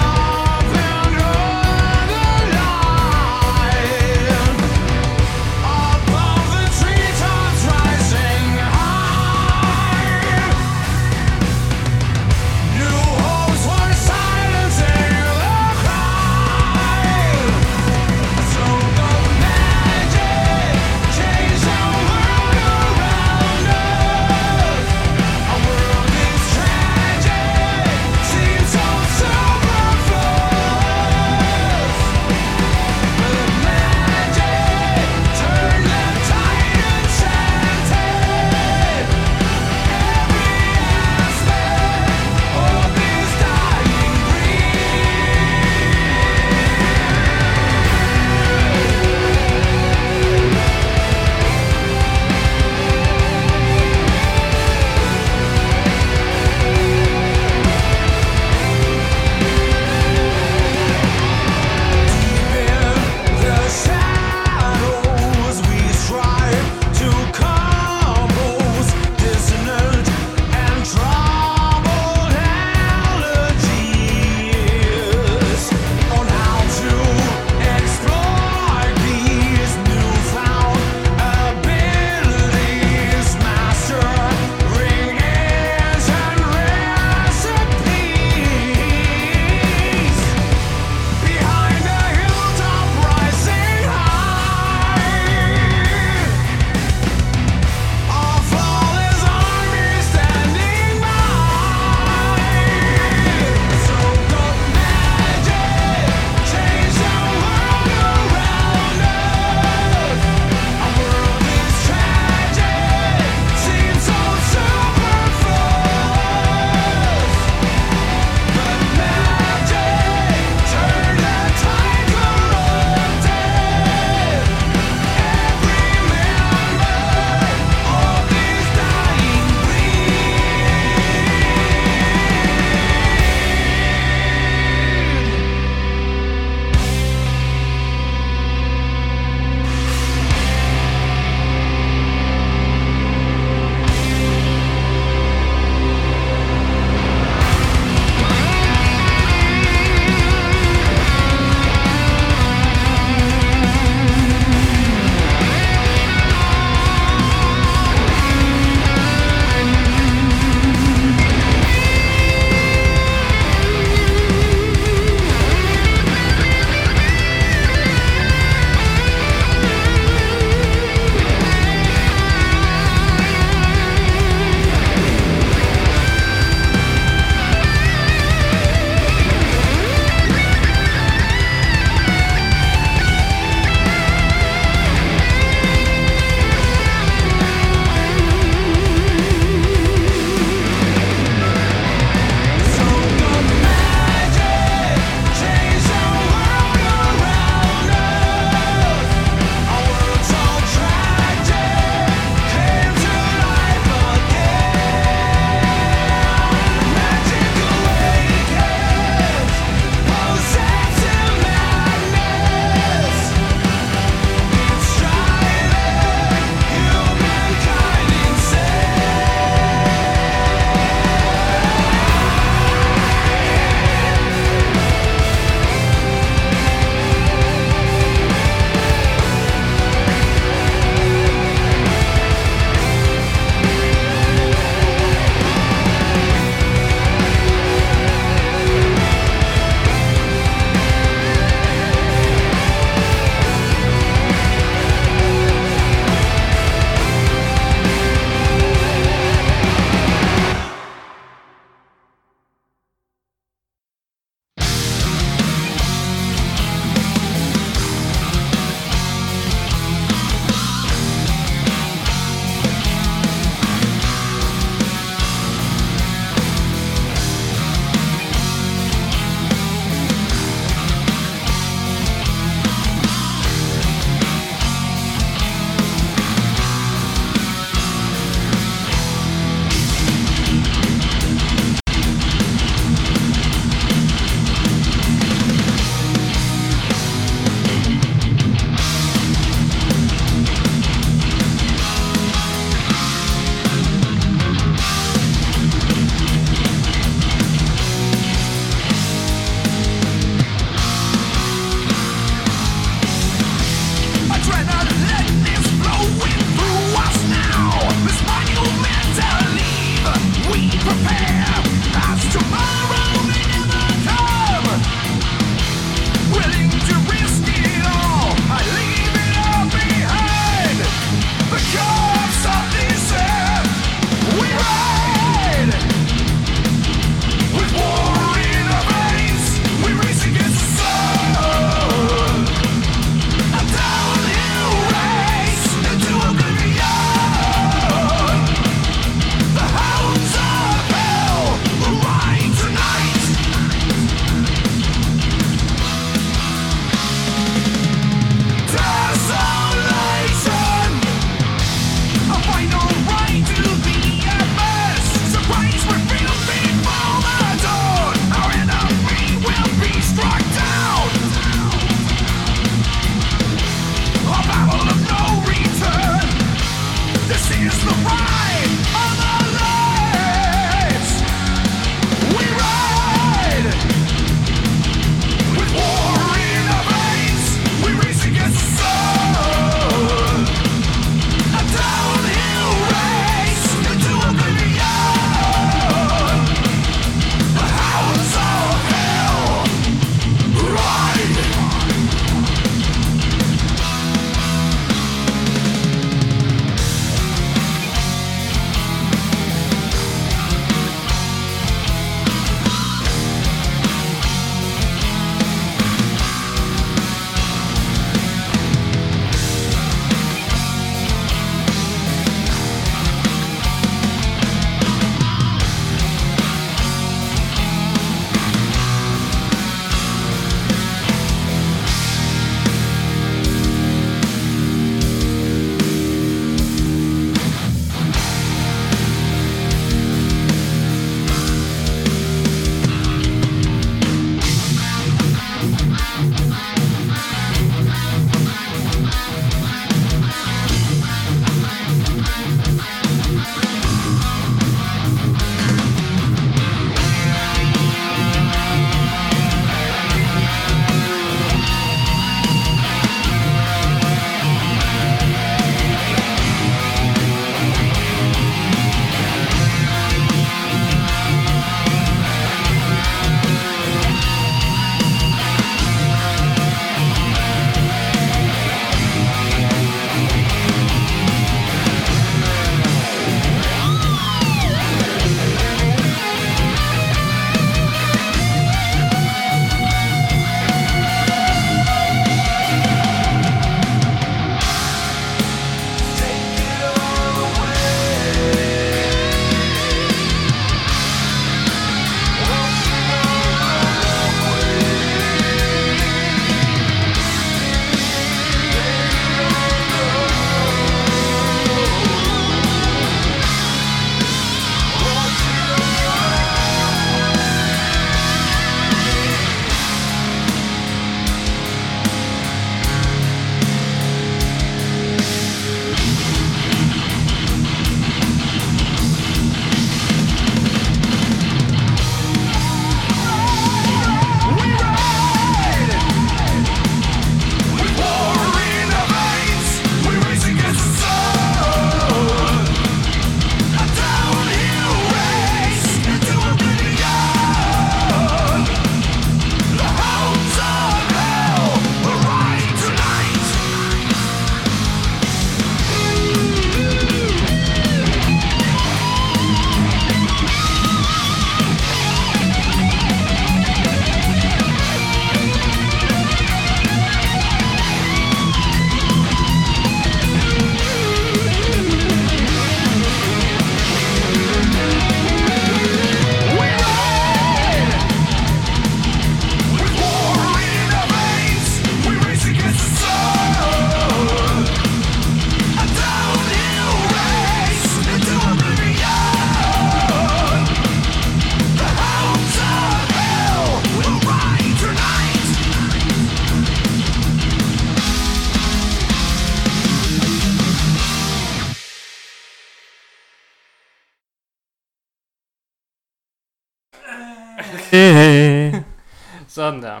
Sådan der.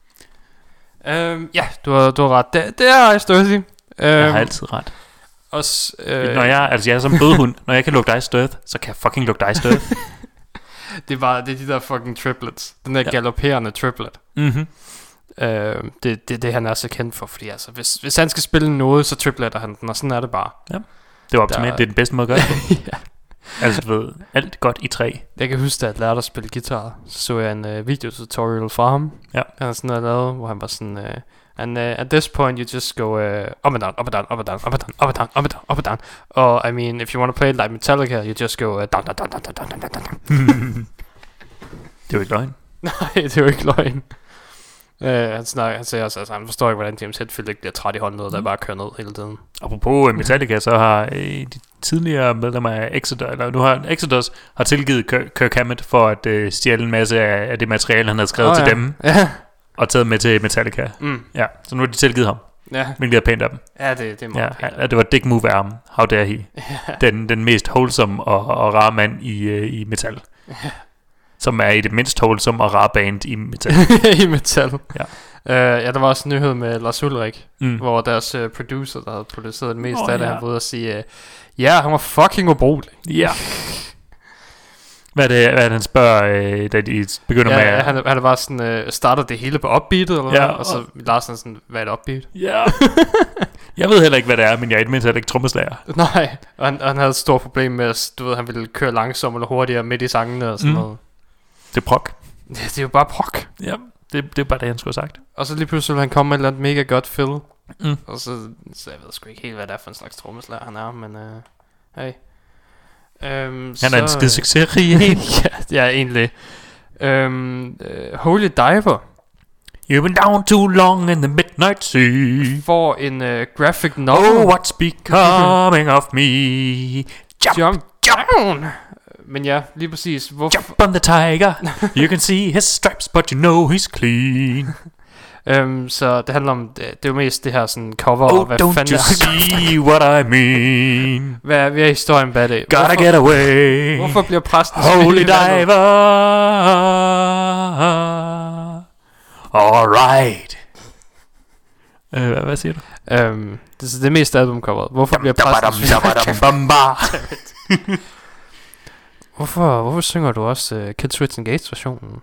Øhm, ja, du har, du har ret. Det, det er Ice Dirty. Øhm, Jeg har altid ret. Også, øh, Når jeg, altså jeg er som bødehund. Når jeg kan lugte Ice Dirty, så kan jeg fucking lugte Ice Dirty. det, var, det er de der fucking triplets. Den der ja. galopperende triplet. Mhm. Øh, det, det, det han er så kendt for. Fordi altså, hvis, hvis han skal spille noget, så tripletter han den. Og sådan er det bare. Ja. Det var optimalt. Der- Det er den bedste måde at gøre det. ja. Altså du ved, alt godt i tre. Jeg kan huske, da jeg lærte at spille guitar, så så jeg en uh, videotutorial fra ham. Ja. Han har sådan noget lavet, hvor han var sådan... Uh, and uh, at this point, you just go uh, up and down, up and down, up and down, up and down, up and down, up and down, up and down. Or, I mean, if you want to play it like Metallica, you just go uh, down, down, down, down, down, down, down, down. Det er jo ikke løgn. Nej, det er jo ikke løgn. Uh, han, snakker, han siger også, altså, han forstår ikke, hvordan James Hetfield ikke bliver træt i håndledet, der bare kører ned hele tiden. Apropos uh, Metallica, så har uh, de tidligere medlemmer af Exodus, eller nu har Exodus har tilgivet Kirk, Kirk Hammett for at uh, stjæle en masse af, af det materiale, han havde skrevet oh, til ja. dem, Ja. og taget med til Metallica. Mm. Ja, så nu har de tilgivet ham, Ja. hvilket er pænt af dem. Ja, det, det er meget Ja, pænt. ja, det var dick move af ham. How dare he? Ja. Den, den mest wholesome og, og rare mand i, uh, i metal. Ja. Som er i det mindst wholesome og rare band i metal. I metal. Ja. Uh, ja, der var også en nyhed med Lars Ulrik, Mm. hvor deres uh, producer, der havde produceret det meste Åh, af det, ja. han var ude og sige, uh, ja, han var fucking ubrugelig. Ja. Hvad er det, hvad er det han spørger, øh, da de begynder Ja, med ja, at... han, han bare sådan, uh, starter det hele på upbeatet, eller Ja, hvad? Og så Lars er sådan, hvad er et upbeat? Ja. Jeg ved heller ikke, hvad det er, men jeg er i det mindste heller ikke trommeslager. Nej, og han, og han havde et stort problem med, du ved, han ville køre langsomt eller hurtigere midt i sangene og sådan Mm. noget. Det er prok. Ja, det er jo bare prok. Ja, det, det er bare det, han skulle have sagt. Og så lige pludselig ville han komme med et eller andet mega godt fill. Mm. Og så, så jeg ved sgu ikke helt, hvad det er for en slags trommeslager han er, men uh, hey. Um, Han er en skide succesrig en. ja, det er egentlig. Um, uh, Holy Diver You've been down too long in the midnight sea. får en uh, graphic novel. Oh, what's becoming of me? Jump, Jump down. Men ja, lige præcis. Hvorfor? jump on the tiger. You can see his stripes, but you know he's clean. Um, så det handler om, det, det er jo mest det her sådan cover. Oh, og hvad don't fanden you er- see what I mean? Hvad er, hvad er historien bag det? Gotta Hvorfor, get away. hvorfor bliver præsten Holy smidt i vandet? diver. Alright. Øh, hvad, hvad siger du? Um, det er det meste albumcoveret. Hvorfor bliver præsten smidt i vandet? Bamba. Hvorfor, hvorfor synger du også uh, Kill Switch Engage versionen?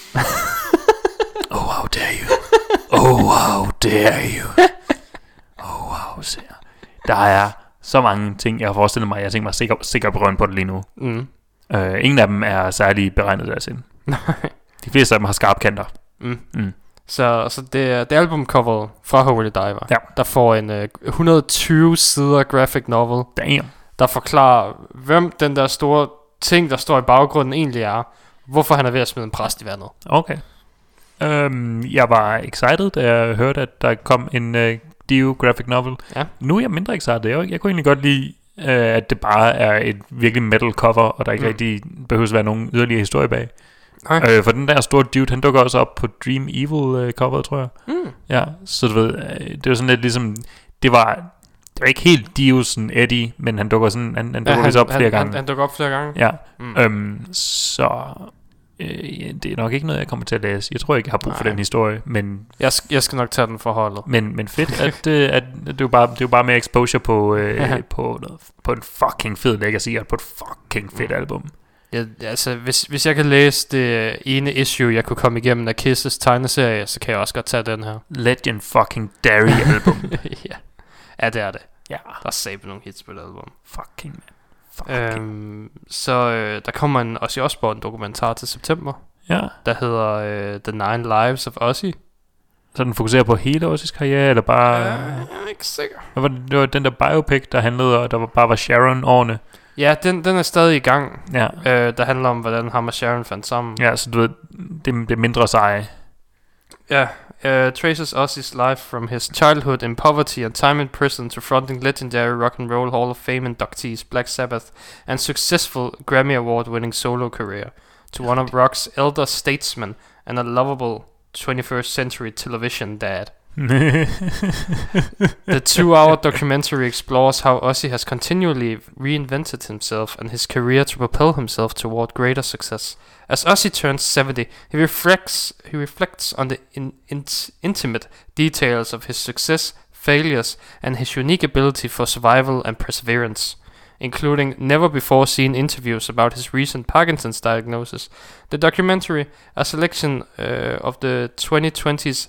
Oh, how dare you. Oh, how dare you. Oh, wow, ser. Der er så mange ting, jeg har forestillet mig. Jeg tænker mig sikkert sikker på røven på det lige nu. Mm. Uh, ingen af dem er særlig beregnet deres ind. Nej. De fleste af dem har skarpe kanter. Mm. Mm. Så, så det er det albumcoveret fra Holy Diver, Ja. der får en uh, et hundrede og tyve sider graphic novel, Damn. der forklarer, hvem den der store ting, der står i baggrunden egentlig er. Hvorfor han er ved at smide en præst i vandet. Okay. Um, jeg var excited, da jeg hørte, at der kom en uh, Dio graphic novel. Ja. Nu er jeg mindre excited. Jeg, jeg kunne egentlig godt lide, uh, at det bare er et virkelig metal cover, og der ikke Mm. mm. rigtig behøves at være nogen yderligere historie bag. Nej. Uh, for den der store dude, han dukker også op på Dream Evil uh, coveret, tror jeg. Mm. Ja, så du ved, uh, det var sådan lidt ligesom, det var, det var ikke helt Dio sådan Eddie, men han dukker sådan, han, han dukker Ja, ja, op han, flere han, gange. Han, han dukker op flere gange. Ja, Mm. øhm, så øh, ja, det er nok ikke noget, jeg kommer til at læse. Jeg tror ikke, jeg har brug for Nej. den historie, men Jeg, sk- jeg skal nok tage den for holdet. men men fedt, at, øh, at det er jo bare det er jo bare mere exposure på øh, Ja. på noget, på en fucking fed legacy og på et fucking fedt Mm. album. Jeg, altså, hvis, hvis jeg kan læse det ene issue, jeg kunne komme igennem af Kisses tegneserie, så kan jeg også godt tage den her. Legend fucking Derry album. ja. ja, det er det. Ja, Der er sabet nogle hits på det album. fucking man. Fucking. Øhm, så øh, der kommer en Ozzy Osbourne dokumentar til september, Ja, der hedder øh, The Nine Lives of Ozzy. så den fokuserer på hele Ozzy's karriere eller bare Øh, jeg er ikke sikker. hvad var det, det var den der biopic, der handlede og der var bare var Sharon årene. Ja, den, den er stadig i gang. Ja. Øh, der handler om, hvordan ham og Sharon fandt sammen. Ja, så du ved, det, det er mindre seje. Ja, uh, traces Ozzy's life from his childhood in poverty and time in prison to fronting legendary rock and roll Hall of Fame inductees Black Sabbath and successful Grammy Award-winning solo career to one of rock's elder statesmen and a lovable twenty-first century television dad. The two-hour documentary explores how Ozzy has continually reinvented himself and his career to propel himself toward greater success. As Ozzy turns seventy, he reflects he reflects on the in, in, intimate details of his success, failures, and his unique ability for survival and perseverance, including never-before-seen interviews about his recent Parkinson's diagnosis. The documentary, a selection uh, of the twenty twenty's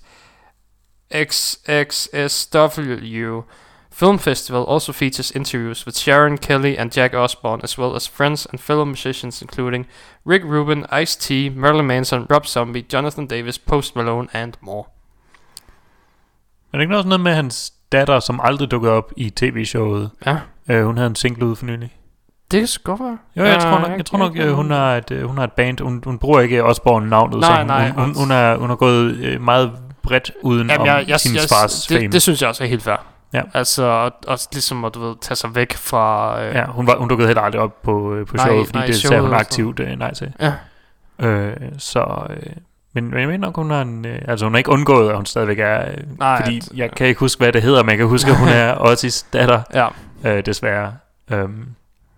X X S W Film Festival, also features interviews with Sharon Kelly and Jack Osbourne, as well as friends and fellow musicians including Rick Rubin, Ice-T, Marilyn Manson, Rob Zombie, Jonathan Davis, Post Malone and more. Men er det ikke noget, noget med hans datter, som aldrig dukkede op i tv-showet? Ja. Øh, hun havde en single ude for nylig. Det kan godt være. Jo, jeg tror nok, jeg tror nok øh, hun, har et, øh, hun har et band. Hun, hun bruger ikke Osbourne-navnet, Nej, så hun, nej, hun, hun, hun, er, hun er gået øh, meget bredt uden Jamen, om jeg, jeg, sin jeg, fars det, fame. det synes jeg også er helt fair. Ja. Altså også ligesom at du ved tage sig væk fra øh, Ja, hun, var, hun dukkede heller aldrig op på, øh, på Nej, showet, fordi nej, det showet sagde hun og aktivt øh, nej til. Ja. Øh, så, øh, men, men jeg mener nok, hun har en, øh, altså hun har ikke undgået, at hun stadigvæk er, øh, Nej, fordi at- jeg kan ikke huske, hvad det hedder, men jeg kan huske, at hun er Ozzys datter, Ja. øh, desværre. Øhm,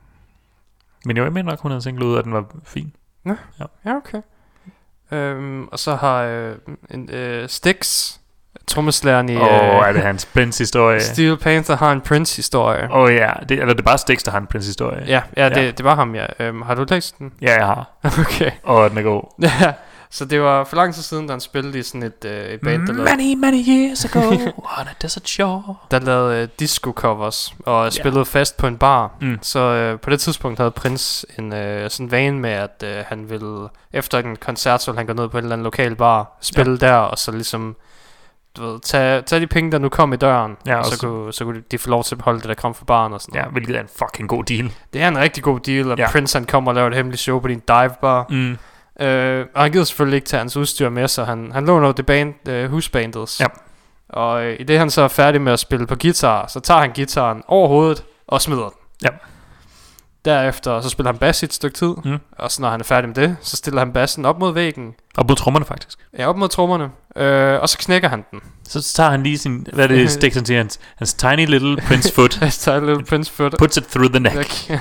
men jo, jeg mener nok, hun havde en single ud, og den var fin. Ja, okay. Øhm, og så har øh, en, øh, Styx, trommeslæren i Åh, oh, øh, er det hans Prince-historie? Steel Panther har en Prince-historie. Åh oh, ja, det, eller det er bare Styx, der har en Prince-historie. Ja, ja, det, Ja. det var ham, ja. Øhm, har du læst den? Ja, jeg har. Okay. Og den er god. Ja, så det var for lang tid siden, da han spillede i sådan et, øh, et band, der lavede, Many, many years ago on a desert shore. der lavede øh, disco-covers og spillede fast på en bar. Mm. Så øh, på det tidspunkt havde Prince en øh, sådan vane med, at øh, han ville, efter en koncert, så ville han gå ned på en eller anden lokal bar, spille ja. der, og så ligesom, du ved, tage, tage de penge, der nu kom i døren, Ja, og og så, så- kunne, så kunne de få lov til at beholde det, der kom fra baren og sådan Ja, noget. hvilket er en fucking god deal. Det er en rigtig god deal, at Ja. Prince han kommer og laver et hemmeligt show på din dive bar. Mm. Øh, og han gider selvfølgelig ikke tage hans udstyr med, så han, han låner det band, øh, husbandets. Ja. Og øh, i det han så er færdig med at spille på guitar, så tager han guitaren over hovedet og smider den. Ja. Derefter så spiller han bass i et stykke tid, Mm. og så når han er færdig med det, så stiller han bassen op mod væggen, Og på trommerne faktisk. ja, op mod trommerne, øh, og så knækker han den. Så tager han lige sin, hvad er det, Styx han siger, hans, hans tiny little Prince foot, Så tager Little Prince foot. puts it through the neck. Væk.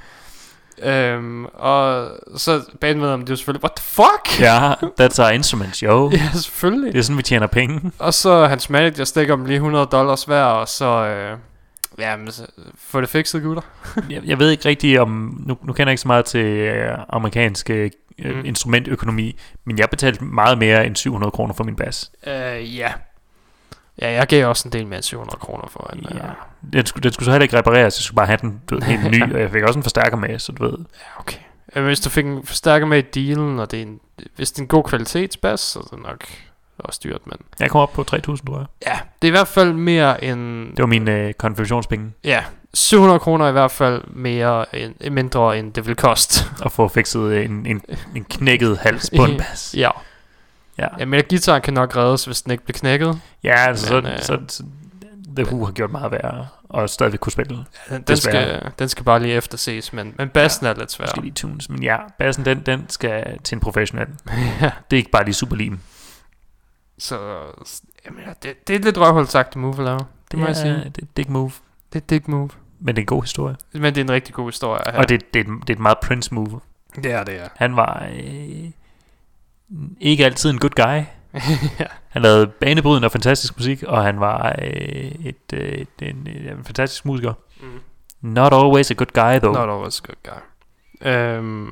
øhm, og så bandmedlemmerne, det er jo selvfølgelig, what the fuck? Ja, that's our instrument, yo. Ja, selvfølgelig. Det er sådan, vi tjener penge. Og så hans manager stikker om lige hundrede dollars hver, og så, øh, ja, men så få det fikset, gutter. Jeg, jeg ved ikke rigtig om, nu, nu kender jeg ikke så meget til øh, amerikansk øh, Mm. mm. instrumentøkonomi, men jeg betalte meget mere end syv hundrede kroner for min bas. Øh, ja. Ja, jeg gav også en del mere end syv hundrede kroner for en. Ja. Øh, Den skulle, den skulle så heller ikke repareres, jeg skulle bare have den, du ved, helt ny, og jeg fik også en forstærker med, så du ved. ja, okay. Øh, hvis du fik en forstærker med i dealen, og det er en, hvis det er en god kvalitetsbas, så er det nok også dyrt, men Jeg kom op på tre tusind, tror jeg. ja, det er i hvert fald mere end, Det var mine øh, konfirmationspenge ja, syv hundrede kroner er i hvert fald mere end, mindre end det vil koste. at få fikset en, en, en knækket hals på en bas. Ja. Ja, Ja, men guitaren kan nok reddes, hvis den ikke bliver knækket. ja altså, Men, så, øh, så, så The Who har gjort meget værre, og stadigvæk kunne spille. Den, den, Desværre. skal, den skal bare lige efterses, men, men bassen ja, er lidt svær. Skal lige tunes, men ja, bassen den, den skal til en professionel. Ja, Det er ikke bare lige super lim. så jamen, ja, det, det er lidt røvhuldsagtigt move at lave. Det må ja, jeg sige. Det er et dick move, Det er et dick move. men det er en god historie. Men det er en rigtig god historie her. Ja. Og det, det, er et, det er et meget Prince move. det er det, ja. Han var øh, ikke altid en good guy. ja. Han lavede banebrydende og fantastisk musik, og han var øh, et, øh, et, en, en fantastisk musiker. Mm. Not always a good guy, though. Not always a good guy. Øhm,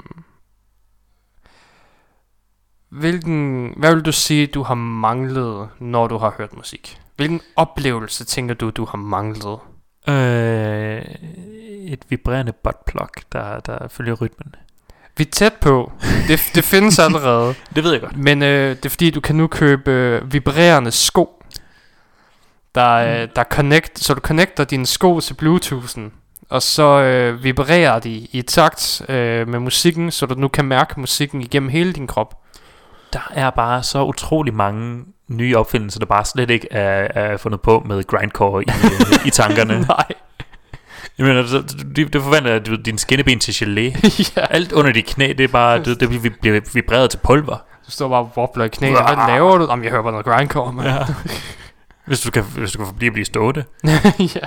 hvilken, hvad vil du sige, du har manglet, når du har hørt musik? Hvilken oplevelse tænker du, du har manglet? Øh, et vibrerende buttplug, der, der følger rytmen. Vi er tæt på. Det, det findes allerede. Det ved jeg godt. Men øh, det er fordi, du kan nu købe øh, vibrerende sko. Der, øh, der connect, så du connecter dine sko til Bluetoothen, og så øh, vibrerer de i takt øh, med musikken, så du nu kan mærke musikken igennem hele din krop. Der er bare så utrolig mange nye opfindelser, der bare slet ikke er, er fundet på med grindcore i, i tankerne. Nej. Jeg mener, det, det, det forvandler du, din skinneben til gelé. Ja. Alt under dit knæ, det er bare, det, det bliver- bliver vibreret til pulver. Du står bare og wobbler i knæene. Hvad laver du? Jamen, jeg hører bare noget grindcore, man. Ja. Hvis du kan, hvis du kan forblive at blive stående. Ja.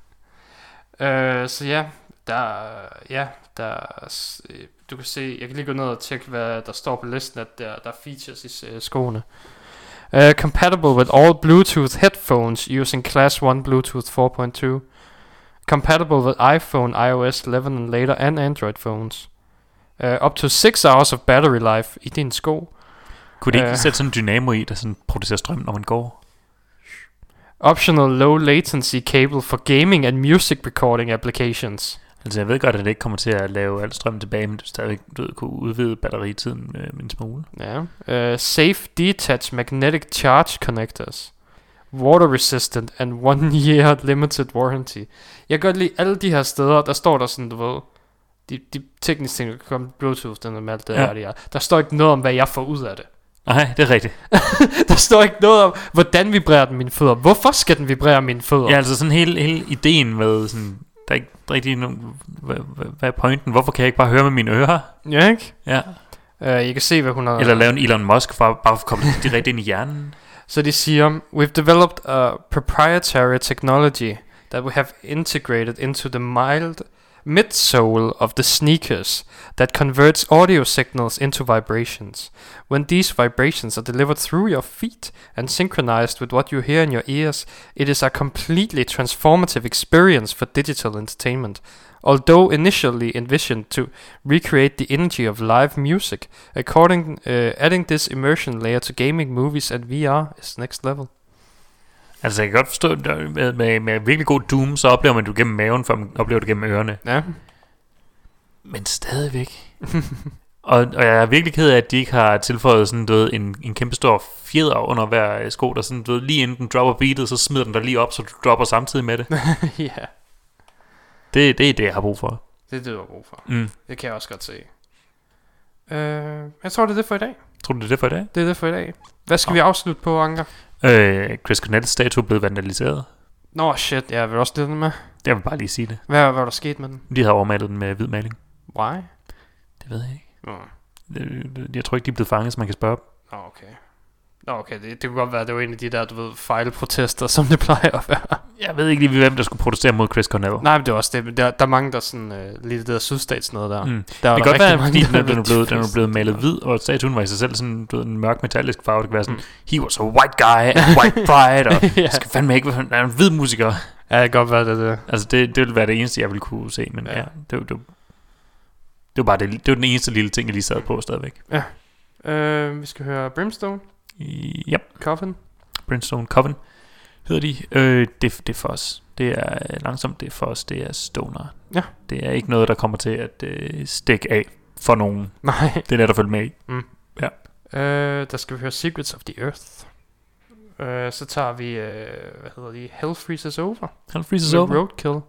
Øh, så ja, der, ja, der, øh, du kan se, jeg kan lige gå ned og tjekke, hvad der står på listen, at der, der er features i uh, skoene. Uh, compatible with all Bluetooth headphones using Class one Bluetooth four point two. Compatible with iPhone, iOS eleven and later, and Android phones. Uh, up to six hours of battery life i din sko. Kunne det ikke Uh, sætte sådan en dynamo i, der sådan producerer strøm, når man går? Optional low latency cable for gaming and music recording applications. Altså jeg ved godt, at det ikke kommer til at lave al strøm tilbage, men du stadigvæk du ved, kunne udvide batteritiden med, med en smule. Ja. Uh, safe detached magnetic charge connectors. Water resistant and one year limited warranty. Jeg kan godt lide alle de her steder, der står der sådan, du ved, de, de tekniske ting, der kan komme Bluetooth, den med alt det Ja. her, de er. Der står ikke noget om, hvad jeg får ud af det. Nej, det er rigtigt. Der står ikke noget om, hvordan vibrerer den mine fødder. Hvorfor skal den vibrere mine fødder? Ja, altså sådan hele, hele ideen med sådan, der er ikke rigtig nogen, hvad, hvad, hvad er pointen? Hvorfor kan jeg ikke bare høre med mine ører? Ja, ikke? Ja. Uh, I kan se, hvad hun har... Eller lave en Elon Musk for bare for at komme direkte ind i hjernen. Så de siger, we've developed a proprietary technology that we have integrated into the mild midsole of the sneakers that converts audio signals into vibrations. When these vibrations are delivered through your feet and synchronized with what you hear in your ears, it is a completely transformative experience for digital entertainment. Although initially envisioned to recreate the energy of live music, according uh, adding this immersion layer to gaming, movies and V R is next level. Altså jeg kan godt forstå, at med, med, med virkelig god Doom, så oplever man det gennem maven, før man oplever det gennem ørerne. Ja. Men stadigvæk. og, og jeg er virkelig ked af, at de ikke har tilføjet sådan, du ved, en, en kæmpe stor fjeder under hver sko, der sådan, du ved, lige inden den dropper beatet, så smider den der lige op, så du dropper samtidig med det. Ja. Det, det er det, jeg har brug for. Det er det, du har brug for. Mm. Det kan jeg også godt se. Uh, jeg tror, det er det for i dag. Tror du, det er det for i dag? Det er det for i dag. Hvad skal Nå. vi afslutte på, Anker? Øh, Chris Cornells statue er blevet vandaliseret. Nå, shit. Jeg vil også lide den med. Jeg vil bare lige sige det. Hvad, hvad var der sket med den? De har overmalet den med hvid maling. Why? Det ved jeg ikke. Nå, Det- Jeg tror ikke, de er blevet fanget, så man kan spørge dem. Nå okay. Nå, okay. Det, det kunne godt være, det var en af de der, du ved, fejlprotester, som det plejer at være. Jeg ved ikke lige, hvem der skulle protestere mod Chris Cornell. Nej, men det er også det. Men Der, der er mange, der sådan, øh, lige det der sydstats noget der. Mm. Der er Det der kan godt rigtig være, mange, fordi der den er, vil blevet, den er twist blevet malet det. hvid, og statuen var i sig selv sådan, du ved, en mørk metallisk farve. Det kan være sådan, Mm. he was a white guy, and white pride, og Ja. ja. skal fandme ikke være, han er en hvid musiker. Ja, det kan godt være, det er det. Altså, det, det ville være det eneste, jeg ville kunne se, men Ja. ja, ja det, var- det, var- det var bare det, det var den eneste lille ting, jeg lige sad på stadigvæk. Øh, vi skal høre Brimstone, I, ja, Coffin. Brimstone Coven hedder de. Øh, det, det er for os. Det er langsomt, det er for os, det er stoner. Ja. Det er ikke noget, der kommer til at øh, stikke af for nogen. Nej. Det er let at følge med i. Øh, der skal vi høre Secrets of the Earth. Øh, så tager vi, øh, hvad hedder de, Hell Freezes Over. Hell Freezes Med Over. Roadkill.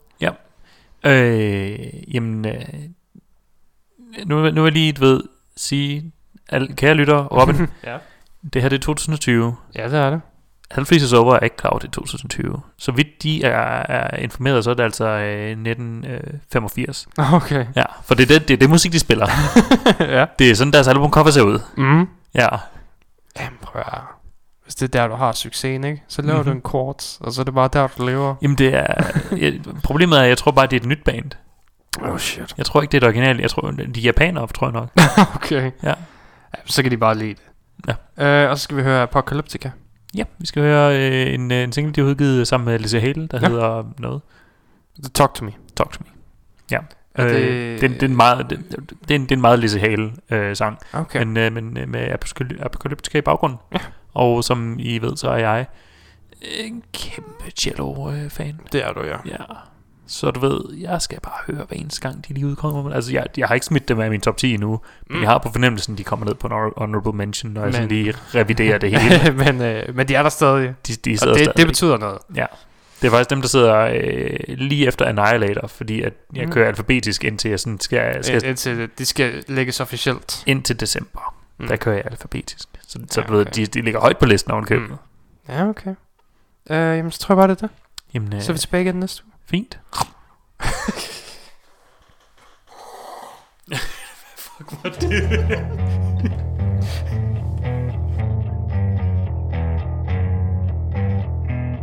Øh, jamen, øh, nu, nu vil jeg lige, du ved, sige, al, kære lytter, Robin, Ja. det her det er to tusind og tyve. Ja, det er det. Hell Freezes Over er ikke klar til to tusind og tyve. Så vidt de er, er informeret, så er det altså øh, nitten femogfirs. Okay. Ja, for det er det, det, er det musik, de spiller. Ja. Det er sådan, deres albumcover ser ud. Mm. Ja, Jamen, prøv at, hvis det er der, du har succesen, ikke? Så laver Mhm. du en quartz, og så er det bare der, du lever. jamen det er, jeg, problemet er, at jeg tror bare, det er et nyt band. Oh shit. Jeg tror ikke, det er det originale. Jeg tror, de er japanere, tror jeg nok. Okay. Ja. Ja, så kan de bare lide det. Ja. Øh, og så skal vi høre Apocalyptica. Ja, vi skal høre øh, en, øh, en single, de har udgivet sammen med Lizzie Hale, der Ja. ja. hedder noget. Talk to me. Talk to me. Ja. Er Øh, det- det, det, er en meget, det, det, er en, det er en meget Lizzie Hale øh, sang, Okay. men, øh, men øh, med Apocaly- Apocalyptica i baggrunden. Ja. Og som I ved, så er jeg en kæmpe cello-fan. Det er du, ja. Ja. Så du ved, jeg skal bare høre hver eneste gang, de lige udkommer. Altså, jeg, jeg har ikke smidt dem af min top ti endnu, men Mm. jeg har på fornemmelsen, de kommer ned på en honor- honorable mention, når jeg Men- sådan lige reviderer det hele. men, øh, men de er der stadig. De, de Og sidder det, stadig. det betyder noget. Ja. Det er faktisk dem, der sidder øh, lige efter Annihilator, fordi at jeg Mm. kører alfabetisk, indtil jeg sådan skal, skal Ind- Indtil de skal lægges officielt. indtil december. Mm. Mm. Der kører jeg alfabetisk. Så, så Ja, du ved, okay. de, de ligger højt på listen oven købet. Mm. Ja, okay. Øh, jamen, så tror jeg bare, det er det. Jamen, øh, Så er vi tilbage igen næste uge. fint. Fuck, hvor det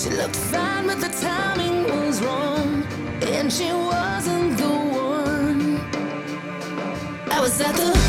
She looked fine, but the timing was wrong, and she wasn't the one. I was at the